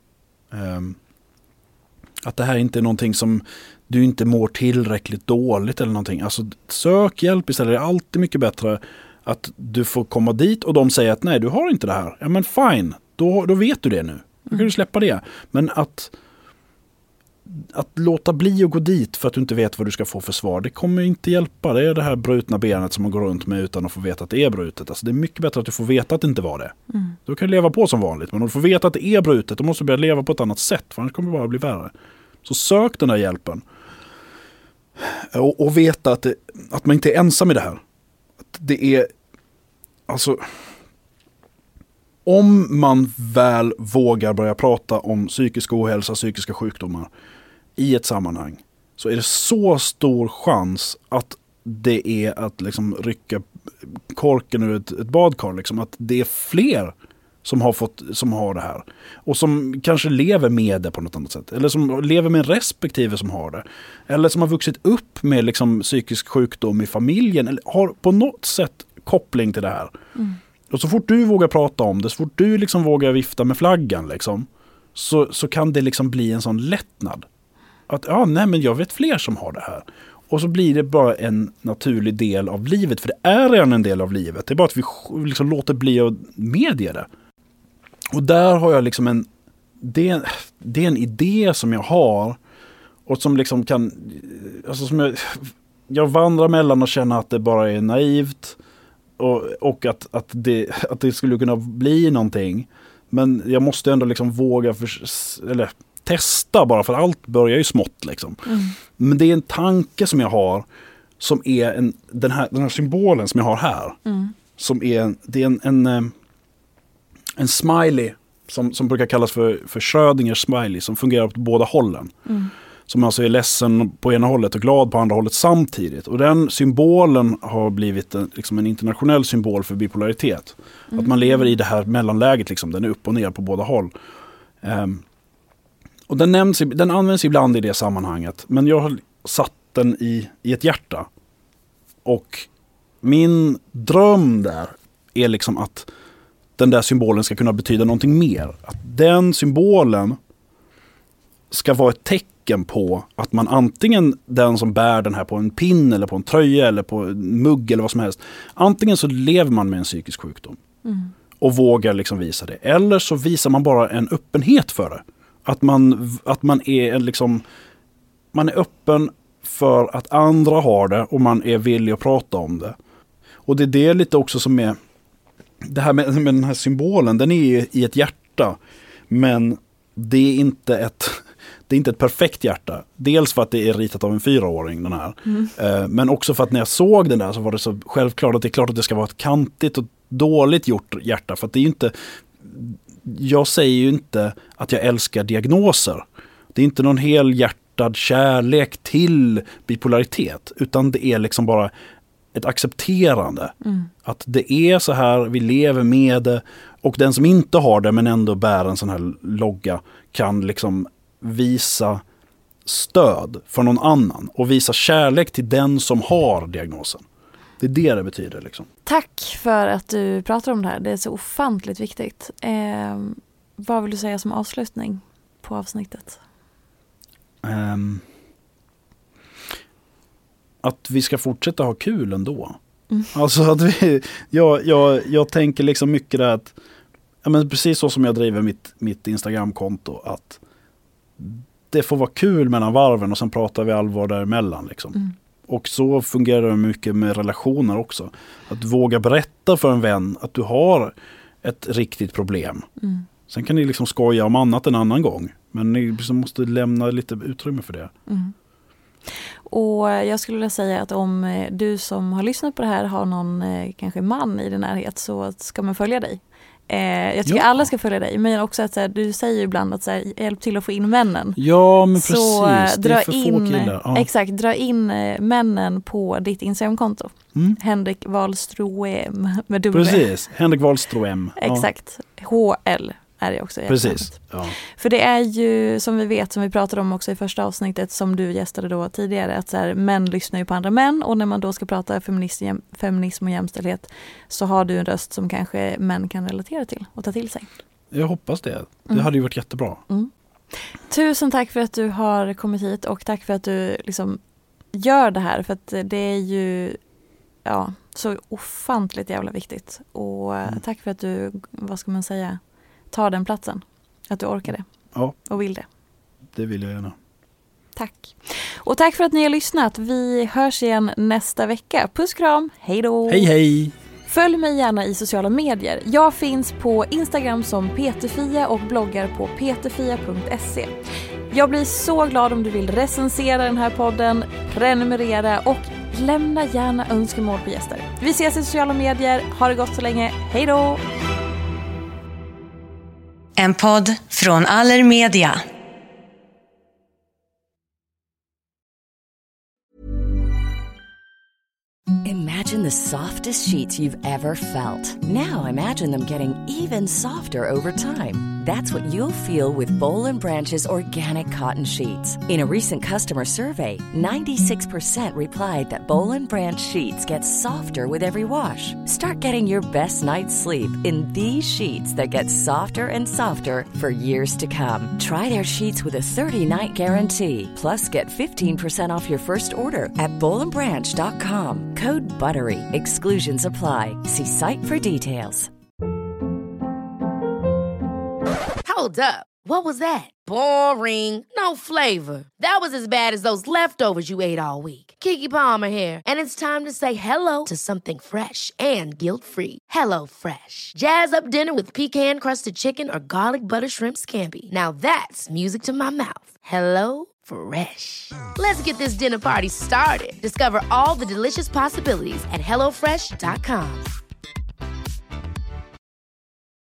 Att det här inte är någonting som du inte mår tillräckligt dåligt eller någonting. Alltså sök hjälp istället. Det är alltid mycket bättre att du får komma dit och de säger att nej, du har inte det här. Ja men fine, då vet du det nu. Då kan du släppa det. Men att låta bli att gå dit för att du inte vet vad du ska få för svar, det kommer inte hjälpa. Det är det här brutna benet som man går runt med utan att få veta att det är brutet. Alltså det är mycket bättre att du får veta att det inte var det. Då kan du leva på som vanligt. Men om du får veta att det är brutet, då måste du börja leva på ett annat sätt. För annars kommer det bara bli värre. Så sök den där hjälpen. Och veta att man inte är ensam i det här. Att det är... Alltså... Om man väl vågar börja prata om psykisk ohälsa, psykiska sjukdomar i ett sammanhang, så är det så stor chans att det är att liksom rycka korken ur ett badkar. Liksom. Att det är fler som har det här. Och som kanske lever med det på något annat sätt. Eller som lever med en respektive som har det. Eller som har vuxit upp med liksom psykisk sjukdom i familjen. Eller har på något sätt koppling till det här. Mm. Och så fort du vågar prata om det, så fort du liksom vågar vifta med flaggan liksom, så kan det liksom bli en sån lättnad. Att men jag vet fler som har det här. Och så blir det bara en naturlig del av livet. För det är redan en del av livet. Det är bara att vi liksom låter bli att medge det. Och där har jag liksom det är en idé som jag har. Och som liksom kan, alltså som jag vandrar mellan och känner att det bara är naivt. Och att det skulle kunna bli någonting. Men jag måste ändå liksom våga testa bara, för allt börjar ju smått liksom. Mm. Men det är en tanke som jag har, som är den här symbolen som jag har här. Mm. Som är en smiley som brukar kallas för Schrödingers smiley, som fungerar på båda hållen. Mm. Som alltså är ledsen på ena hållet och glad på andra hållet samtidigt. Och den symbolen har blivit en internationell symbol för bipolaritet. Mm. Att man lever i det här mellanläget, liksom. Den är upp och ner på båda håll. Och den används ibland i det sammanhanget. Men jag har satt den i ett hjärta. Och min dröm där är liksom att den där symbolen ska kunna betyda någonting mer. Att den symbolen ska vara ett tecken på att man antingen den som bär den här på en pin eller på en tröja eller på en mugg eller vad som helst. Antingen så lever man med en psykisk sjukdom och vågar liksom visa det. Eller så visar man bara en öppenhet för det. Att man är liksom, man är öppen för att andra har det och man är villig att prata om det. Och det är det lite också som är det här med den här symbolen, den är i ett hjärta, men det är inte ett perfekt hjärta. Dels för att det är ritat av en 4-åring den här. Men också för att när jag såg den där så var det så självklart att det är klart att det ska vara ett kantigt och dåligt gjort hjärta. För att det är ju inte, jag säger ju inte att jag älskar diagnoser. Det är inte någon helhjärtad kärlek till bipolaritet, utan det är liksom bara ett accepterande. Att det är så här, vi lever med det, och den som inte har det men ändå bär en sån här logga kan liksom visa stöd för någon annan och visa kärlek till den som har diagnosen. Det är det betyder liksom. Tack för att du pratar om det här. Det är så ofantligt viktigt. Vad vill du säga som avslutning på avsnittet? Att vi ska fortsätta ha kul ändå. Alltså att jag tänker liksom mycket där att men precis så som jag driver mitt Instagramkonto, att det får vara kul mellan varven och sen pratar vi allvar däremellan liksom. Och så fungerar det mycket med relationer också. Att våga berätta för en vän att du har ett riktigt problem. Sen kan ni liksom skoja om annat en annan gång. Men ni måste lämna lite utrymme för det. Och jag skulle vilja säga att om du som har lyssnat på det här har någon kanske man i din närhet, så ska man följa dig. Jag tycker alla ska följa dig, men också att så här, du säger ju ibland att så här, hjälp till att få in männen. Ja, men precis. Så det är för få killar. Ja. Exakt, dra in männen på ditt Instagramkonto. Henrik Wahlström med W. Precis, Henrik Wahlström. Exakt, HL är det också. Precis. Ja. För det är ju, som vi vet, som vi pratade om också i första avsnittet som du gästade då tidigare, att så här, män lyssnar ju på andra män, och när man då ska prata feminism och jämställdhet så har du en röst som kanske män kan relatera till och ta till sig. Jag hoppas det. Det hade ju varit jättebra. Tusen tack för att du har kommit hit, och tack för att du liksom gör det här, för att det är ju så ofantligt jävla viktigt. Och tack för att du, vad ska man säga, tar den platsen. Att du orkar det. Ja. Och vill det. Det vill jag gärna. Tack. Och tack för att ni har lyssnat. Vi hörs igen nästa vecka. Puss, kram. Hej då. Hej, hej. Följ mig gärna i sociala medier. Jag finns på Instagram som Peterfia och bloggar på peterfia.se. Jag blir så glad om du vill recensera den här podden, prenumerera och lämna gärna önskemål på gäster. Vi ses i sociala medier. Ha det gott så länge. Hej då. En podd från Allermedia. Imagine the softest sheets you've ever felt. Now imagine them getting even softer over time. That's what you'll feel with Boll & Branch's organic cotton sheets. In a recent customer survey, 96% replied that Boll & Branch sheets get softer with every wash. Start getting your best night's sleep in these sheets that get softer and softer for years to come. Try their sheets with a 30-night guarantee. Plus, get 15% off your first order at bollandbranch.com. Code BUTTERY. Exclusions apply. See site for details. Hold up. What was that? Boring. No flavor. That was as bad as those leftovers you ate all week. Keke Palmer here, and it's time to say hello to something fresh and guilt-free. Hello Fresh. Jazz up dinner with pecan-crusted chicken or garlic butter shrimp scampi. Now that's music to my mouth. Hello Fresh. Let's get this dinner party started. Discover all the delicious possibilities at hellofresh.com.